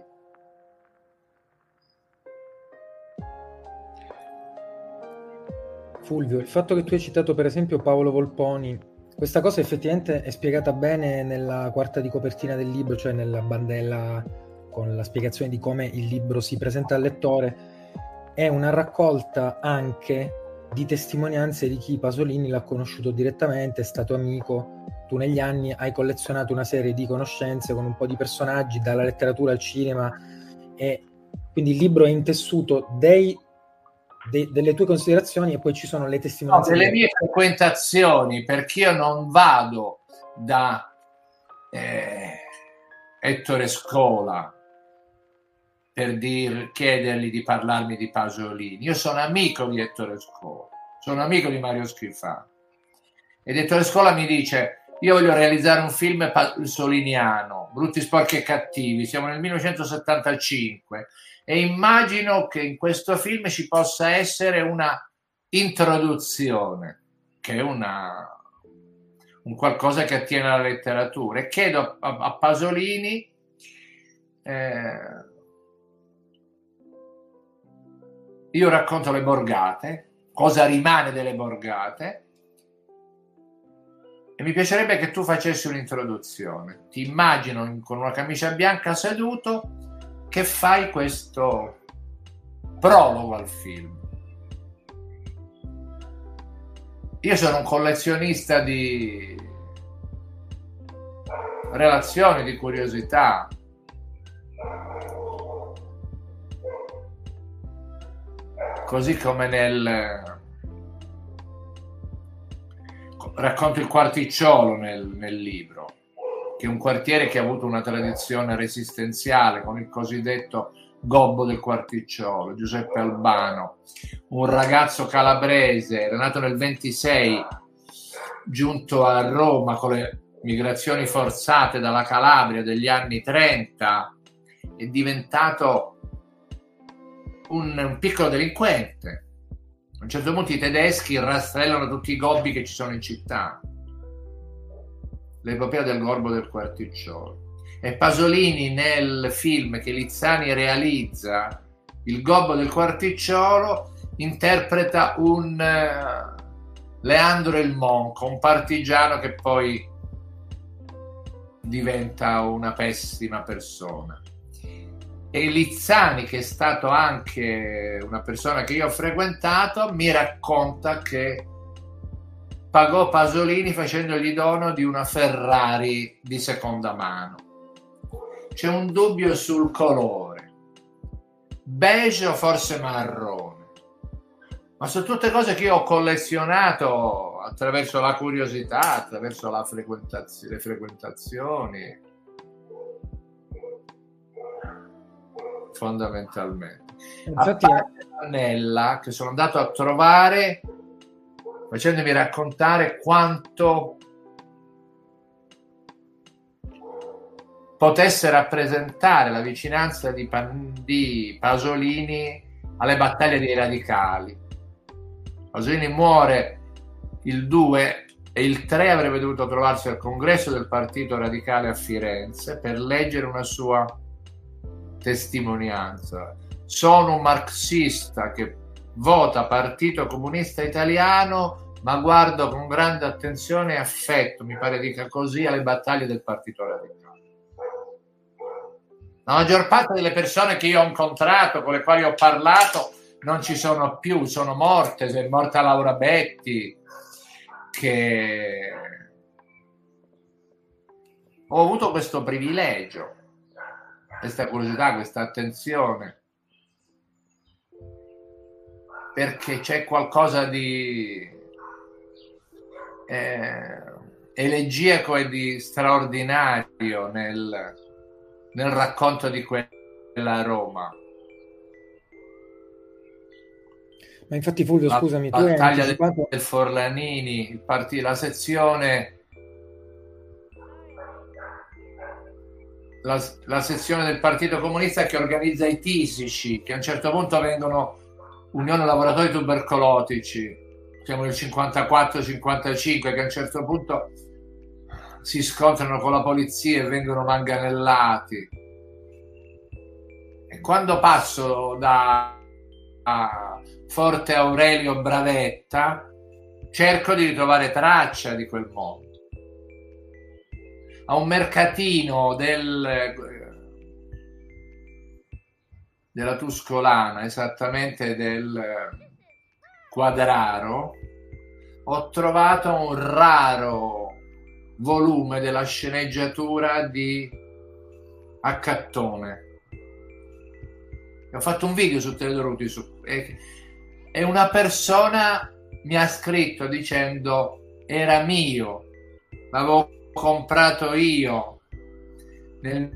Fulvio, il fatto che tu hai citato per esempio Paolo Volponi, questa cosa effettivamente è spiegata bene nella quarta di copertina del libro, cioè nella bandella con la spiegazione di come il libro si presenta al lettore. È una raccolta anche di testimonianze di chi Pasolini l'ha conosciuto direttamente, è stato amico. Tu negli anni hai collezionato una serie di conoscenze con un po' di personaggi, dalla letteratura al cinema, e quindi il libro è intessuto dei De, delle tue considerazioni e poi ci sono le testimonianze, no, delle mie frequentazioni, perché io non vado da eh, Ettore Scola per dir, chiedergli di parlarmi di Pasolini. Io sono amico di Ettore Scola, sono amico di Mario Schifani, ed Ettore Scola mi dice: io voglio realizzare un film pasoliniano, Brutti, sporchi e cattivi, siamo nel millenovecentosettantacinque, e immagino che in questo film ci possa essere una introduzione, che è una, un qualcosa che attiene alla letteratura, e chiedo a, a Pasolini eh, io racconto le borgate, cosa rimane delle borgate, e mi piacerebbe che tu facessi un'introduzione. Ti immagino con una camicia bianca seduto che fai questo prologo al film. Io sono un collezionista di relazioni, di curiosità. Così come nel racconto il Quarticciolo nel, nel libro, che è un quartiere che ha avuto una tradizione resistenziale con il cosiddetto gobbo del Quarticciolo, Giuseppe Albano, un ragazzo calabrese, era nato nel ventisei, giunto a Roma con le migrazioni forzate dalla Calabria degli anni trenta, è diventato un, un piccolo delinquente. A un certo punto i tedeschi rastrellano tutti i gobbi che ci sono in città. L'epopea del gobbo del Quarticciolo. E Pasolini nel film che Lizzani realizza, Il gobbo del Quarticciolo, interpreta un uh, Leandro il Monco, un partigiano che poi diventa una pessima persona. E Lizzani, che è stato anche una persona che io ho frequentato, mi racconta che pagò Pasolini facendogli dono di una Ferrari di seconda mano. C'è un dubbio sul colore, beige o forse marrone, ma sono tutte cose che io ho collezionato attraverso la curiosità, attraverso la frequentazio- le frequentazioni, fondamentalmente. Infatti, A parte Nella, che sono andato a trovare facendomi raccontare quanto potesse rappresentare la vicinanza di, Pan- di Pasolini alle battaglie dei radicali. Pasolini muore il due e il tre avrebbe dovuto trovarsi al congresso del Partito Radicale a Firenze per leggere una sua testimonianza. Sono un marxista che vota Partito Comunista Italiano, ma guardo con grande attenzione e affetto, mi pare dica così, alle battaglie del Partito Radicale. La maggior parte delle persone che io ho incontrato, con le quali ho parlato, non ci sono più, sono morte. È morta Laura Betti, che ho avuto questo privilegio, questa curiosità, questa attenzione, perché c'è qualcosa di eh, elegiaco e di straordinario nel, nel racconto di quella Roma. Ma infatti Fulvio, La scusami, tu hai battaglia anticipato... del Forlanini, il partito, la sezione la, la sezione del Partito Comunista che organizza i tisici, che a un certo punto vengono Unione Lavoratori Tubercolotici, siamo nel cinquantaquattro cinquantacinque, che a un certo punto si scontrano con la polizia e vengono manganellati. E quando passo da a Forte Aurelio Bravetta cerco di ritrovare traccia di quel mondo. A un mercatino del, della Tuscolana, esattamente del Quadraro, ho trovato un raro volume della sceneggiatura di Accattone. Ho fatto un video su Teledoruti su, e, e una persona mi ha scritto dicendo: era mio, l'avevo comprato io nel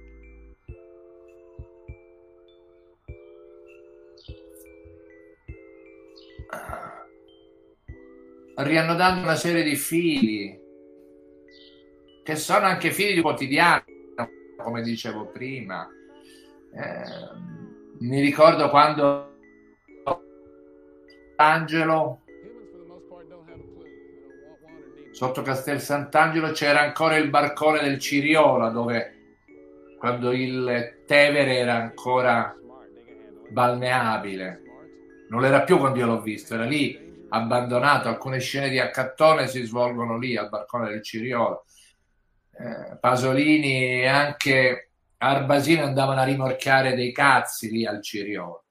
riannodando una serie di fili che sono anche fili di quotidiano, come dicevo prima. Eh, mi ricordo quando Angelo sotto Castel Sant'Angelo c'era ancora il barcone del Ciriola, dove quando il Tevere era ancora balneabile, non era più quando io l'ho visto, era lì abbandonato. Alcune scene di Accattone si svolgono lì al barcone del Ciriola. eh, Pasolini e anche Arbasino andavano a rimorchiare dei cazzi lì al Ciriola.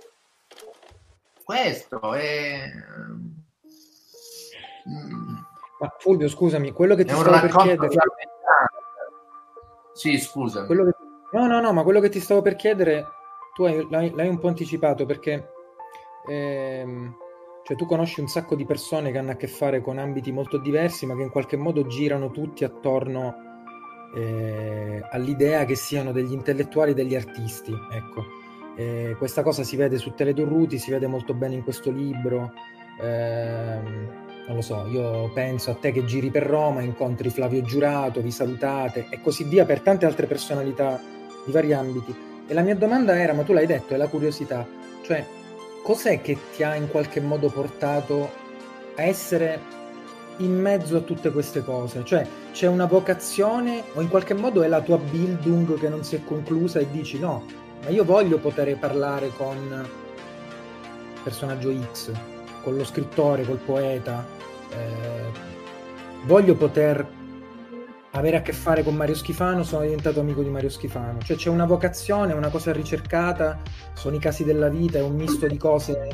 Questo è Ma Fulvio, scusami, quello che ti È un stavo per racconto chiedere... di avventura. Sì, scusami. Quello che... No, no, no, ma quello che ti stavo per chiedere, tu hai- l'hai, l'hai un po' anticipato perché ehm, cioè, tu conosci un sacco di persone che hanno a che fare con ambiti molto diversi, ma che in qualche modo girano tutti attorno eh, all'idea che siano degli intellettuali, degli artisti. Ecco. Eh, questa cosa si vede su Teledorruti, si vede molto bene in questo libro. Ehm, non lo so, io penso a te che giri per Roma, incontri Flavio Giurato, vi salutate e così via per tante altre personalità di vari ambiti. E la mia domanda era, ma tu l'hai detto, è la curiosità, cioè cos'è che ti ha in qualche modo portato a essere in mezzo a tutte queste cose? Cioè c'è una vocazione o in qualche modo è la tua Bildung che non si è conclusa e dici no, ma io voglio poter parlare con personaggio X, con lo scrittore, col poeta, eh, voglio poter avere a che fare con Mario Schifano, sono diventato amico di Mario Schifano. Cioè c'è una vocazione, una cosa ricercata, sono i casi della vita, è un misto di cose.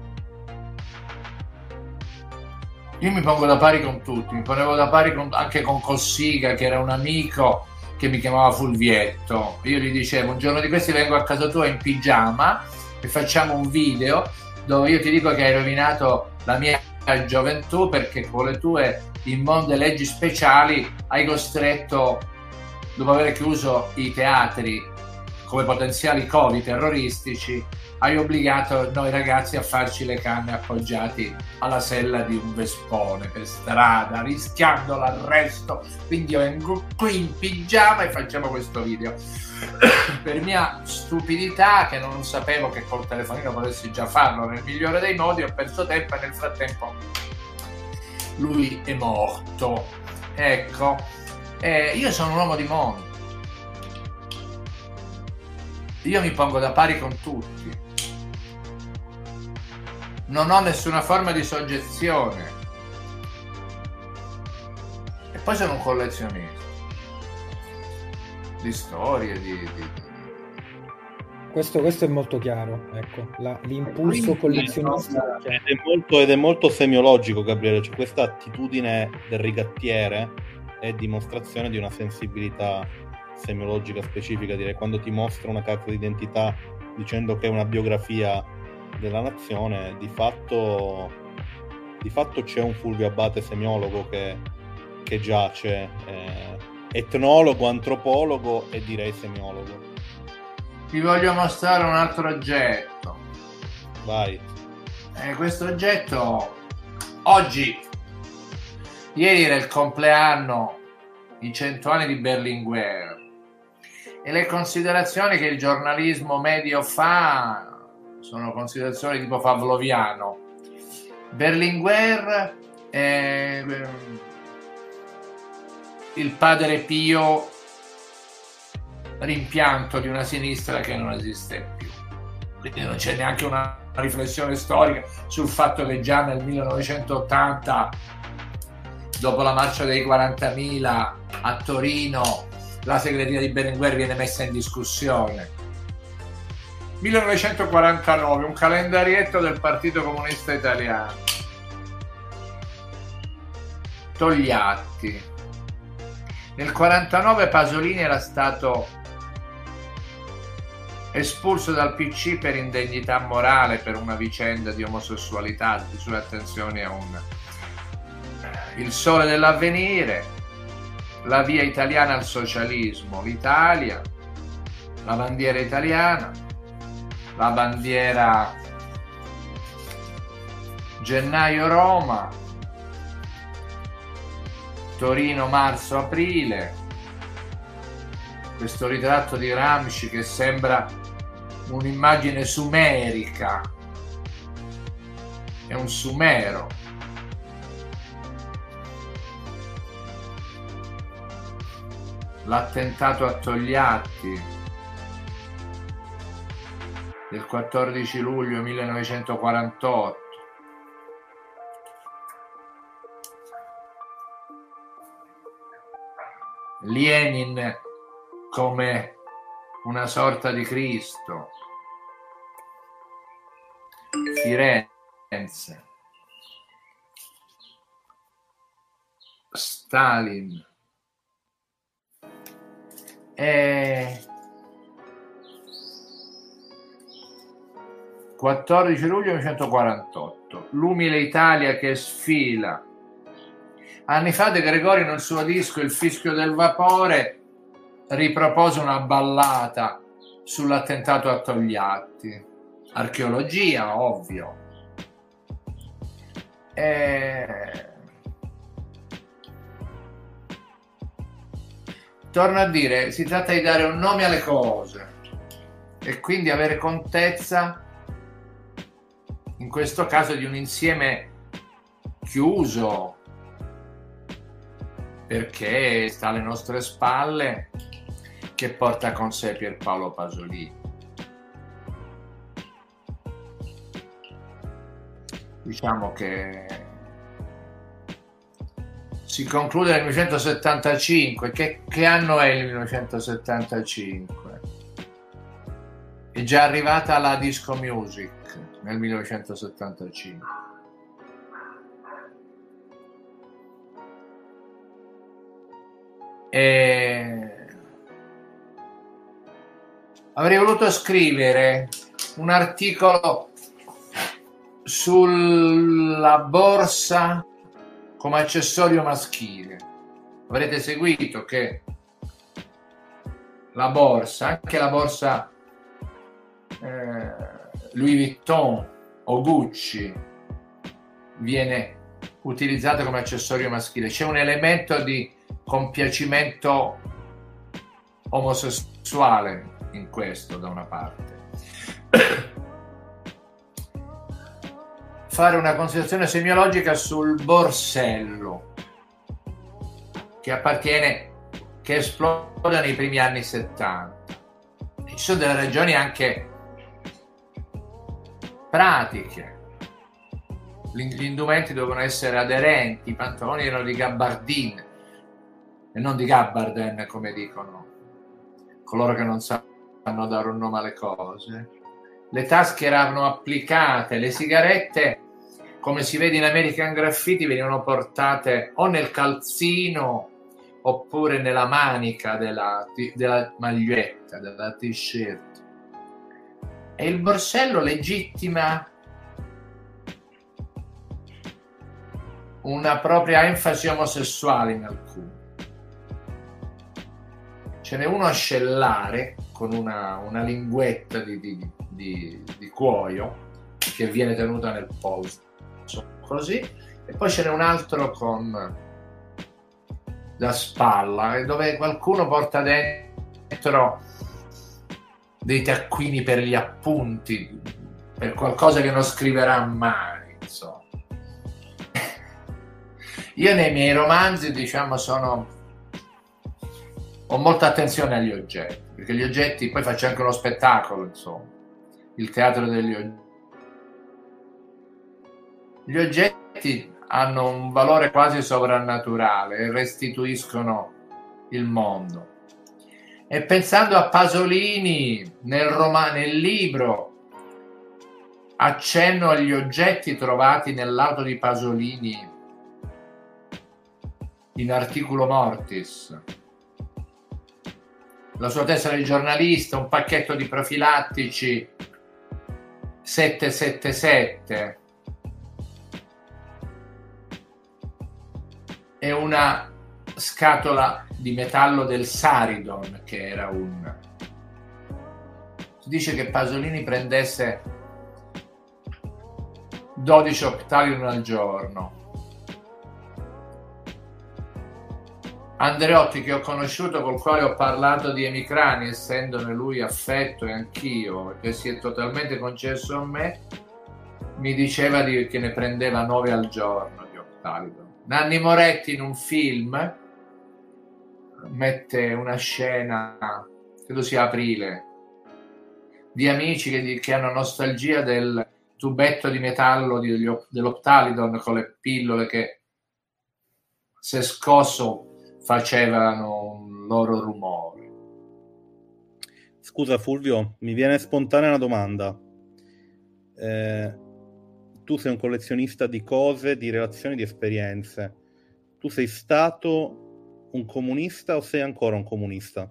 Io mi pongo da pari con tutti, mi ponevo da pari con, anche con Cossiga, che era un amico che mi chiamava Fulvietto. Io gli dicevo, un giorno di questi vengo a casa tua in pigiama e facciamo un video dove io ti dico che hai rovinato la mia gioventù perché con le tue immonde leggi speciali hai costretto, dopo aver chiuso i teatri come potenziali covi terroristici, hai obbligato noi ragazzi a farci le canne appoggiati alla sella di un vespone per strada, rischiando l'arresto. Quindi io vengo qui in pigiama e facciamo questo video. Per mia stupidità, che non sapevo che col telefonino potessi già farlo nel migliore dei modi, ho perso tempo e nel frattempo lui è morto. Ecco, eh, io sono un uomo di mondo. Io mi pongo da pari con tutti. Non ho nessuna forma di soggezione. E poi sono un collezionista di storie, di... di... Questo, questo è molto chiaro, ecco, la, l'impulso collezionista. Ed è, molto, ed è molto semiologico, Gabriele, cioè questa attitudine del rigattiere è dimostrazione di una sensibilità semiologica specifica, direi, quando ti mostra una carta d'identità dicendo che è una biografia della nazione, di fatto di fatto c'è un Fulvio Abbate semiologo che, che giace, eh, etnologo, antropologo e direi semiologo. Vi voglio mostrare un altro oggetto. Vai. Eh, questo oggetto oggi, ieri era il compleanno, i cento anni di Berlinguer, e le considerazioni che il giornalismo medio fa sono considerazioni tipo pavloviano. Berlinguer è il padre Pio rimpianto di una sinistra che non esiste più. Quindi non c'è neanche una riflessione storica sul fatto che già nel millenovecentottanta, dopo la marcia dei quarantamila a Torino, la segreteria di Berlinguer viene messa in discussione. millenovecentoquarantanove, un calendarietto del Partito Comunista Italiano. Togliatti. Nel quarantanove Pasolini era stato espulso dal P C per indegnità morale per una vicenda di omosessualità, di sue attenzioni a un... Il Sole dell'Avvenire, la via italiana al socialismo, l'Italia, la bandiera italiana, la bandiera gennaio-Roma, Torino marzo-aprile, questo ritratto di Gramsci che sembra un'immagine sumerica, è un sumero. L'attentato a Togliatti del quattordici luglio millenovecentoquarantotto. Lenin come una sorta di Cristo. Firenze. Stalin. E... quattordici luglio millenovecentoquarantotto, l'umile Italia che sfila. Anni fa De Gregori nel suo disco Il fischio del vapore ripropose una ballata sull'attentato a Togliatti. Archeologia, ovvio. E... torno a dire, si tratta di dare un nome alle cose e quindi avere contezza, in questo caso, di un insieme chiuso, perché sta alle nostre spalle, che porta con sé Pierpaolo Pasolini. Diciamo che si conclude nel millenovecentosettantacinque. Che, che anno è il millenovecentosettantacinque? È già arrivata la disco music nel millenovecentosettantacinque. E... avrei voluto scrivere un articolo sulla borsa come accessorio maschile. Avrete seguito che la borsa, anche la borsa eh, Louis Vuitton o Gucci, viene utilizzata come accessorio maschile. C'è un elemento di compiacimento omosessuale in questo, da una parte. Fare una considerazione semiologica sul borsello, che appartiene, che esplode nei primi anni settanta. Ci sono delle ragioni anche pratiche. Gli indumenti devono essere aderenti, i pantaloni erano di gabardine e non di gabardine, come dicono coloro che non sanno dare un nome alle cose. Le tasche erano applicate, le sigarette, come si vede in American Graffiti, venivano portate o nel calzino oppure nella manica della, della maglietta, della t-shirt. E il borsello legittima una propria enfasi omosessuale in alcuni. Ce n'è uno ascellare con una, una linguetta di, di, di, di cuoio che viene tenuta nel polso, così, e poi ce n'è un altro con da spalla, dove qualcuno porta dentro dei taccuini per gli appunti, per qualcosa che non scriverà mai, insomma. Io nei miei romanzi, diciamo, sono ho molta attenzione agli oggetti, perché gli oggetti, poi faccio anche uno spettacolo, insomma, il teatro degli oggetti. Gli oggetti hanno un valore quasi sovrannaturale e restituiscono il mondo. E pensando a Pasolini, nel, rom- nel libro accenno agli oggetti trovati nell'auto di Pasolini in Articulo Mortis, la sua tessera di giornalista, un pacchetto di profilattici settecentosettantasette e una scatola di metallo del Saridon, che era un... si dice che Pasolini prendesse dodici Optalion al giorno. Andreotti, che ho conosciuto, col quale ho parlato di Emicrani, essendone lui affetto e anch'io, che si è totalmente concesso a me, mi diceva di, che ne prendeva nove al giorno di Optalion. Nanni Moretti in un film mette una scena, credo sia Aprile, di amici che, che hanno nostalgia del tubetto di metallo di, dell'Optalidon con le pillole che, se scosso, facevano un loro rumore. Scusa Fulvio, mi viene spontanea una domanda. Eh, tu sei un collezionista di cose, di relazioni, di esperienze. tu sei stato un comunista o sei ancora un comunista?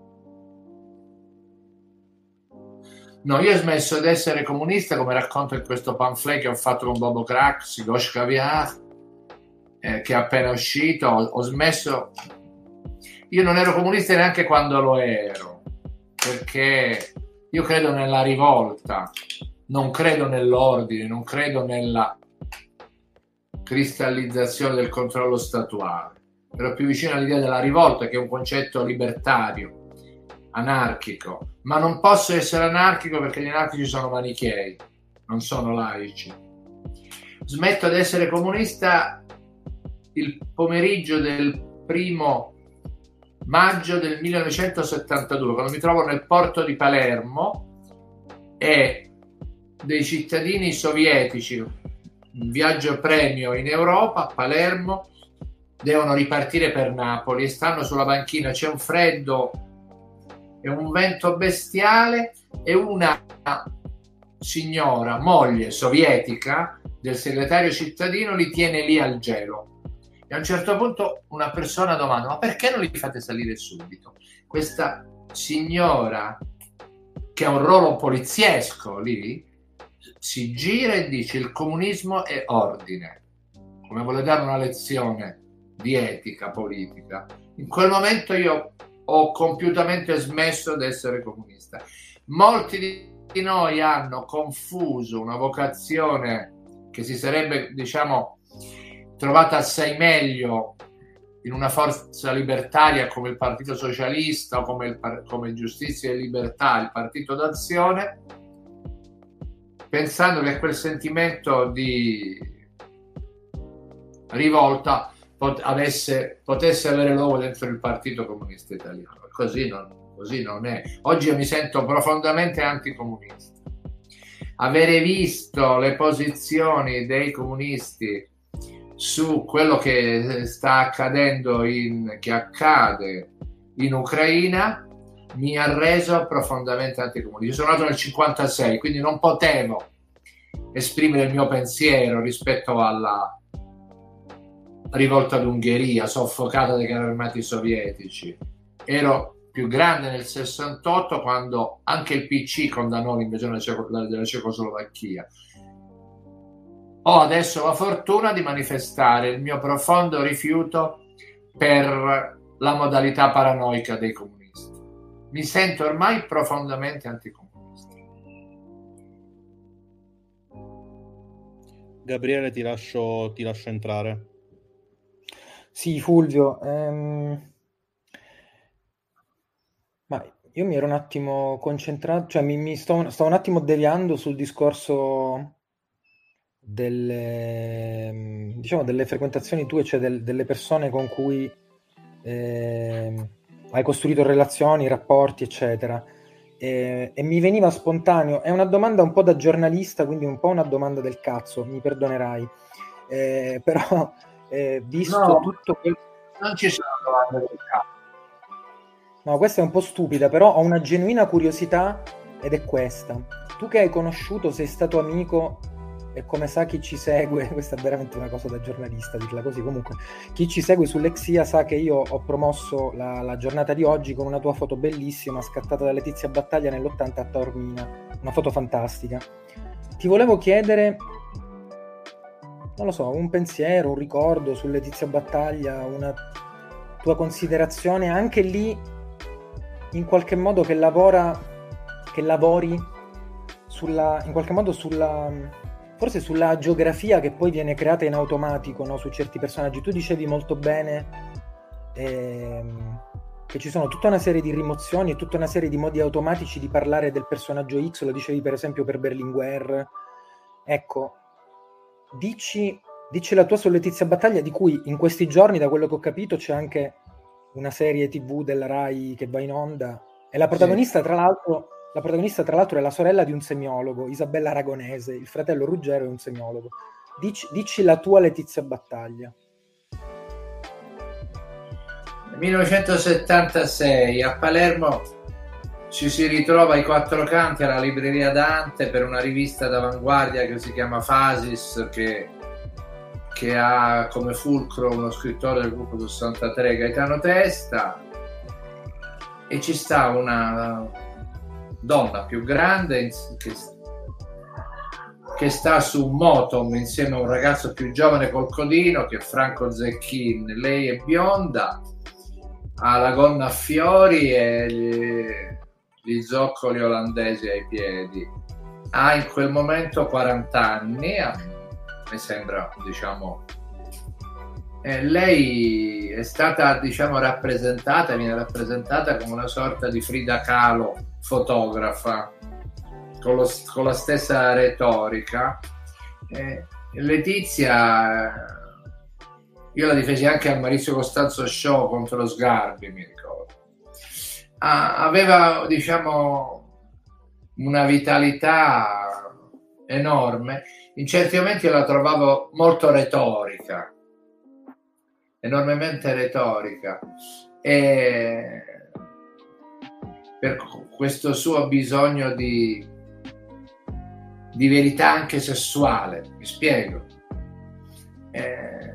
No, io ho smesso di essere comunista, come racconto in questo pamphlet che ho fatto con Bobo Craxi, Gauche Caviar, eh, che è appena uscito. Ho, ho smesso. Io non ero comunista neanche quando lo ero, perché io credo nella rivolta, non credo nell'ordine, non credo nella cristallizzazione del controllo statuale. Ero più vicino all'idea della rivolta, che è un concetto libertario, anarchico, ma non posso essere anarchico perché gli anarchici sono manichei, non sono laici. Smetto di essere comunista il pomeriggio del primo maggio del millenovecentosettantadue, quando mi trovo nel porto di Palermo e dei cittadini sovietici, un viaggio premio in Europa, a Palermo, devono ripartire per Napoli e stanno sulla banchina, c'è un freddo e un vento bestiale e una signora, moglie sovietica del segretario cittadino, li tiene lì al gelo. E a un certo punto una persona domanda: ma perché non li fate salire subito? Questa signora, che ha un ruolo poliziesco lì, si gira e dice: il comunismo è ordine, come vuole dare una lezione di etica politica. In quel momento io ho compiutamente smesso di essere comunista. Molti di noi hanno confuso una vocazione che si sarebbe, diciamo, trovata assai meglio in una forza libertaria come il Partito Socialista o come, il, come Giustizia e Libertà, il Partito d'Azione, pensando che quel sentimento di rivolta pot- avesse, potesse avere luogo dentro il Partito Comunista Italiano. Così non, così non è. Oggi io mi sento profondamente anticomunista. Avere visto le posizioni dei comunisti su quello che sta accadendo in, che accade in Ucraina mi ha reso profondamente anticomunista. Io sono nato nel cinquantasei, quindi non potevo esprimere il mio pensiero rispetto alla rivolta d'Ungheria soffocata dai carri armati sovietici. Ero più grande nel sessantotto, quando anche il P C condannò l'invasione della Cecoslovacchia. Ho adesso la fortuna di manifestare il mio profondo rifiuto per la modalità paranoica dei comunisti. Mi sento ormai profondamente anticomunista. Gabriele, ti lascio, ti lascio entrare. Sì, Fulvio, ehm... ma io mi ero un attimo concentrato, cioè mi, mi sto, sto un attimo deviando sul discorso delle, diciamo, delle frequentazioni tue, cioè del, delle persone con cui eh, hai costruito relazioni, rapporti, eccetera. E, e mi veniva spontaneo, è una domanda un po' da giornalista, quindi un po' una domanda del cazzo, mi perdonerai, eh, però eh, visto no, tutto quel... non ci sono domande del cazzo. No, questa è un po' stupida, però ho una genuina curiosità ed è questa. Tu che hai conosciuto, sei stato amico, e come sa chi ci segue, questa è veramente una cosa da giornalista dirla così, comunque chi ci segue sull'Exia sa che io ho promosso la, la giornata di oggi con una tua foto bellissima scattata da Letizia Battaglia nell'ottanta a Taormina, una foto fantastica. Ti volevo chiedere, non lo so, un pensiero, un ricordo su Letizia Battaglia, una tua considerazione anche lì, in qualche modo che lavora, che lavori sulla, in qualche modo sulla, forse sulla geografia che poi viene creata in automatico, no? Su certi personaggi. Tu dicevi molto bene ehm, che ci sono tutta una serie di rimozioni e tutta una serie di modi automatici di parlare del personaggio X, lo dicevi per esempio per Berlinguer. Ecco, dici, dici la tua su Letizia Battaglia, di cui in questi giorni, da quello che ho capito, c'è anche una serie tivù della Rai che va in onda, e la protagonista, sì. tra l'altro la protagonista tra l'altro è la sorella di un semiologo, Isabella Aragonese, il fratello Ruggero è un semiologo. Dici, dici la tua Letizia Battaglia. Nel millenovecentosettantasei a Palermo ci si ritrova ai Quattro Canti alla libreria Dante per una rivista d'avanguardia che si chiama Fasis, che che ha come fulcro uno scrittore del gruppo sessantatré, Gaetano Testa, e ci sta una donna più grande che, che sta su un motorhome insieme a un ragazzo più giovane col codino, che è Franco Zecchin. Lei è bionda, ha la gonna a fiori e gli, gli zoccoli olandesi ai piedi. Ha in quel momento quaranta anni, mi sembra, diciamo. Eh, lei è stata, diciamo, rappresentata, viene rappresentata come una sorta di Frida Kahlo fotografa, con, lo, con la stessa retorica. Eh, Letizia, io la difesi anche al Maurizio Costanzo Show contro lo Sgarbi, mi ricordo. Ah, aveva, diciamo, una vitalità enorme. In certi momenti io la trovavo molto retorica, enormemente retorica, e per questo suo bisogno di, di verità anche sessuale, mi spiego. Eh,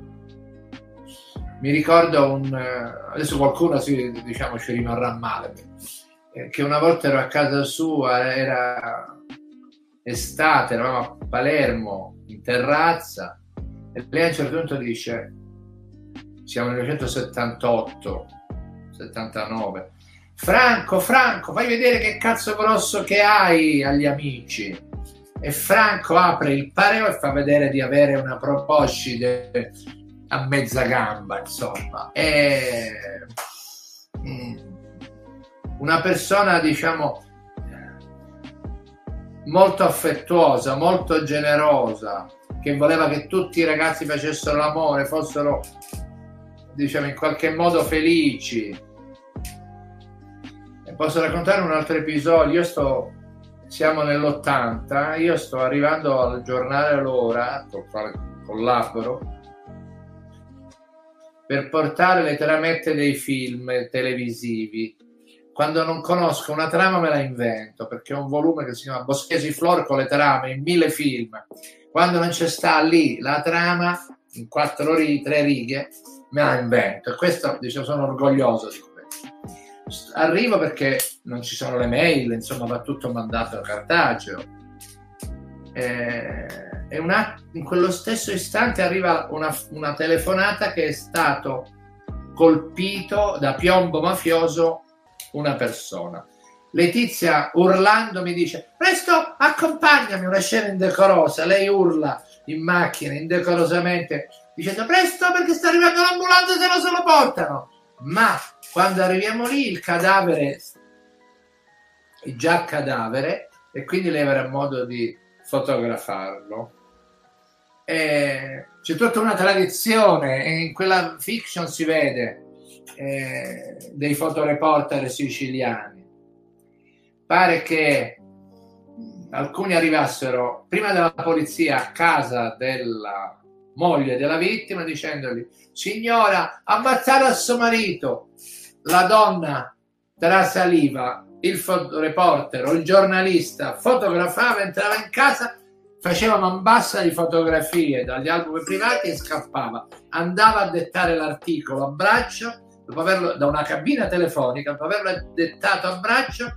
mi ricordo un, adesso qualcuno si, diciamo, ci rimarrà male, eh, che una volta ero a casa sua, era estate, eravamo a Palermo in terrazza, e lei a un certo punto dice, siamo nel millenovecentosettantotto settantanove, Franco, Franco, fai vedere che cazzo grosso che hai agli amici. E Franco apre il pareo e fa vedere di avere una proboscide a mezza gamba, insomma. E una persona, diciamo, molto affettuosa, molto generosa, che voleva che tutti i ragazzi facessero l'amore, fossero, diciamo, in qualche modo felici. E posso raccontare un altro episodio. Io sto, siamo nell'ottanta, io sto arrivando al giornale L'Ora, col quale collaboro, per portare le tramette dei film televisivi. Quando non conosco una trama me la invento, perché ho un volume che si chiama Boschesi Flor con le trame in mille film. Quando non c'è sta lì la trama in quattro righe, tre righe, me la invento. E questo, diciamo, sono orgoglioso di questo. Arrivo perché non ci sono le mail, insomma va tutto mandato cartaceo. E, e una, in quello stesso istante arriva una, una telefonata che è stato colpito da piombo mafioso una persona. Letizia, urlando, mi dice: presto, accompagnami. Una scena indecorosa, lei urla in macchina indecorosamente dicendo: presto, perché sta arrivando l'ambulanza, se no se lo portano. Ma quando arriviamo lì il cadavere è già cadavere, e quindi lei avrà modo di fotografarlo. E c'è tutta una tradizione, e in quella fiction si vede eh, dei fotoreporter siciliani. Pare che alcuni arrivassero prima della polizia a casa della moglie della vittima dicendogli: signora, ammazzare a suo marito. La donna trasaliva, il fotoreporter o il giornalista fotografava, entrava in casa, faceva man bassa di fotografie dagli album privati e scappava. Andava a dettare l'articolo a braccio, dopo averlo, da una cabina telefonica, dopo averlo dettato a braccio,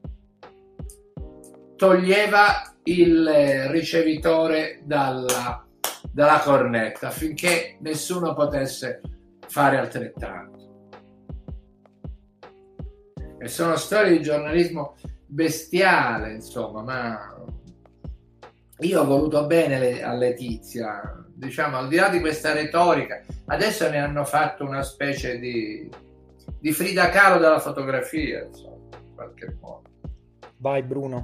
toglieva il ricevitore dalla, dalla cornetta affinché nessuno potesse fare altrettanto. E sono storie di giornalismo bestiale, insomma, ma io ho voluto bene a Letizia, diciamo, al di là di questa retorica. Adesso ne hanno fatto una specie di, di Frida Kahlo della fotografia, insomma, in qualche modo. Vai Bruno.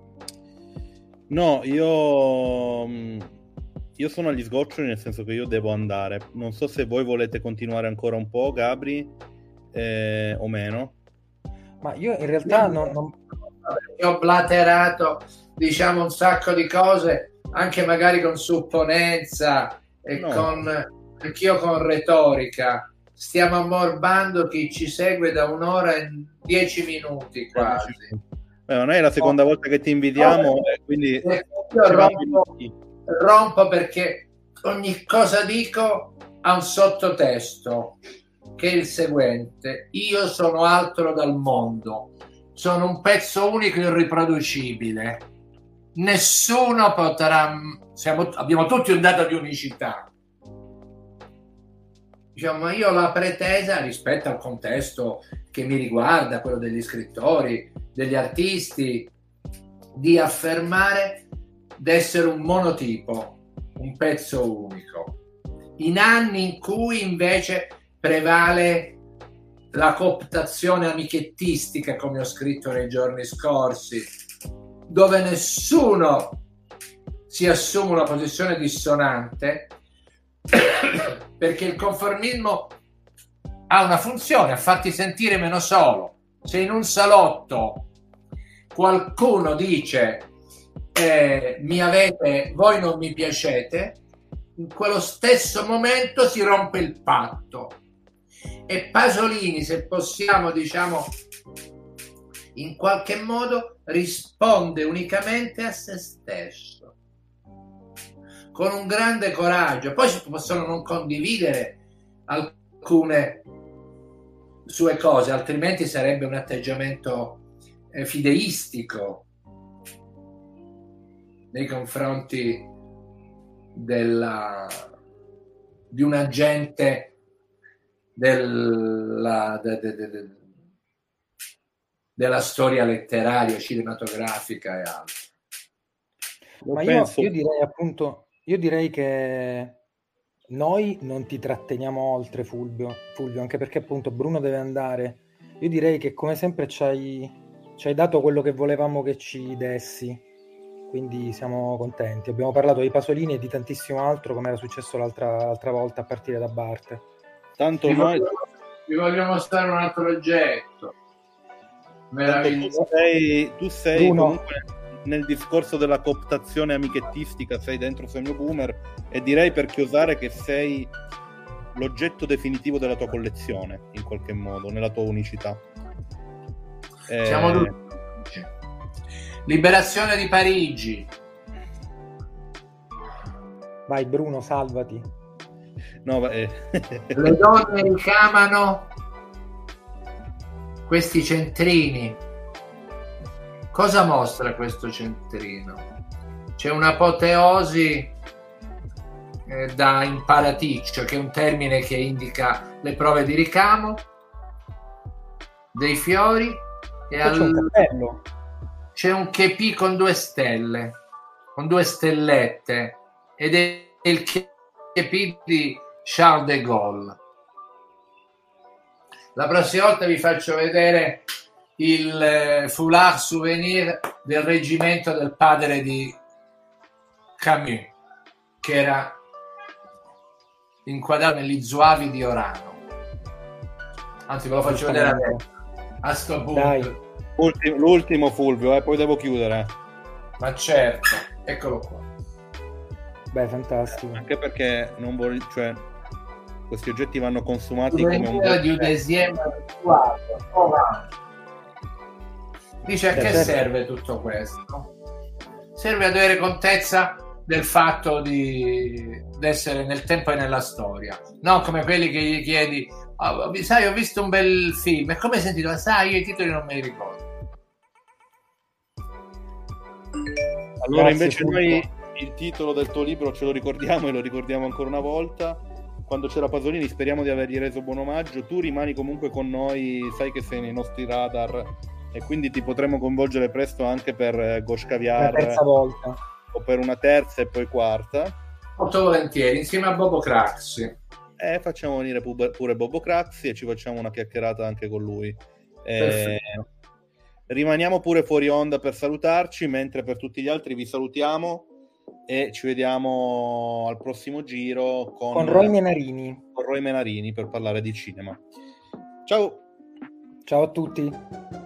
No, io, io sono agli sgoccioli, nel senso che io devo andare. Non so se voi volete continuare ancora un po', Gabri, eh, o meno. Ma io in realtà non, non... Io ho blaterato, diciamo, un sacco di cose, anche magari con supponenza e no. con anch'io con retorica. Stiamo ammorbando chi ci segue da un'ora e dieci minuti quasi. Beh, non è la seconda oh. volta che ti invitiamo, no, quindi io rompo, rompo perché ogni cosa dico ha un sottotesto che è il seguente: io sono altro dal mondo, sono un pezzo unico e irriproducibile, nessuno potrà, siamo, abbiamo tutti un dato di unicità, diciamo, ma io ho la pretesa, rispetto al contesto che mi riguarda, quello degli scrittori, degli artisti, di affermare di essere un monotipo, un pezzo unico, in anni in cui invece prevale la cooptazione amichettistica, come ho scritto nei giorni scorsi, dove nessuno si assume una posizione dissonante, perché il conformismo ha una funzione, a farti sentire meno solo. Se in un salotto qualcuno dice eh, mi avete, voi non mi piacete, in quello stesso momento si rompe il patto. E Pasolini, se possiamo, diciamo, in qualche modo risponde unicamente a se stesso, con un grande coraggio. Poi si possono non condividere alcune sue cose, altrimenti sarebbe un atteggiamento eh, fideistico nei confronti della, di un agente della, de, de, de, de, della storia letteraria, cinematografica e altro. Ma io, io direi appunto, io direi che noi non ti tratteniamo oltre, Fulvio, Fulvio, anche perché appunto Bruno deve andare. Io direi che come sempre ci hai, ci hai dato quello che volevamo che ci dessi, quindi siamo contenti. Abbiamo parlato di Pasolini e di tantissimo altro, come era successo l'altra, l'altra volta a partire da Barthes. Tanto vi, noi... voglio, vi voglio mostrare un altro oggetto meraviglioso. Tu sei, tu sei Bruno, comunque nel discorso della cooptazione amichettistica, sei dentro Segno Boomer, e direi, per chiosare, che sei l'oggetto definitivo della tua collezione, in qualche modo, nella tua unicità. Eh... Siamo tutti. Liberazione di Parigi. vai Bruno, salvati. No, eh. Le donne ricamano questi centrini. Cosa mostra questo centrino? C'è un'apoteosi eh, da imparaticcio, che è un termine che indica le prove di ricamo dei fiori, e al... c'è un cappello. C'è un chepì con due stelle, con due stellette, ed è il chepì di Charles de Gaulle. La prossima volta vi faccio vedere il eh, foulard souvenir del reggimento del padre di Camus, che era inquadrato negli Zuavi di Orano. Anzi, ve lo faccio vedere adesso. A sto punto. Dai. Ultimo, l'ultimo, Fulvio, eh, poi devo chiudere. Ma certo, eccolo qua. Beh, fantastico. Anche perché non voglio, cioè, questi oggetti vanno consumati come come un di Udesiem. Dice: a che serve tutto questo? Serve ad avere contezza del fatto di essere nel tempo e nella storia, non come quelli che gli chiedi: oh, sai, ho visto un bel film, e come si intitola? Sai, io i titoli non me li ricordo. Allora, Grazie, invece, punto. noi il titolo del tuo libro ce lo ricordiamo, e lo ricordiamo ancora una volta. Quando c'era Pasolini, speriamo di avergli reso buon omaggio. Tu rimani comunque con noi, sai che sei nei nostri radar, e quindi ti potremo coinvolgere presto anche per Ghosh Caviar, la terza volta, o per una terza e poi quarta. Molto volentieri, insieme a Bobo Craxi. Eh, facciamo venire pure Bobo Craxi e ci facciamo una chiacchierata anche con lui. Eh, rimaniamo pure fuori onda per salutarci, mentre per tutti gli altri vi salutiamo e ci vediamo al prossimo giro con, con Roy Menarini. con Roy Menarini per parlare di cinema. Ciao! Ciao a tutti!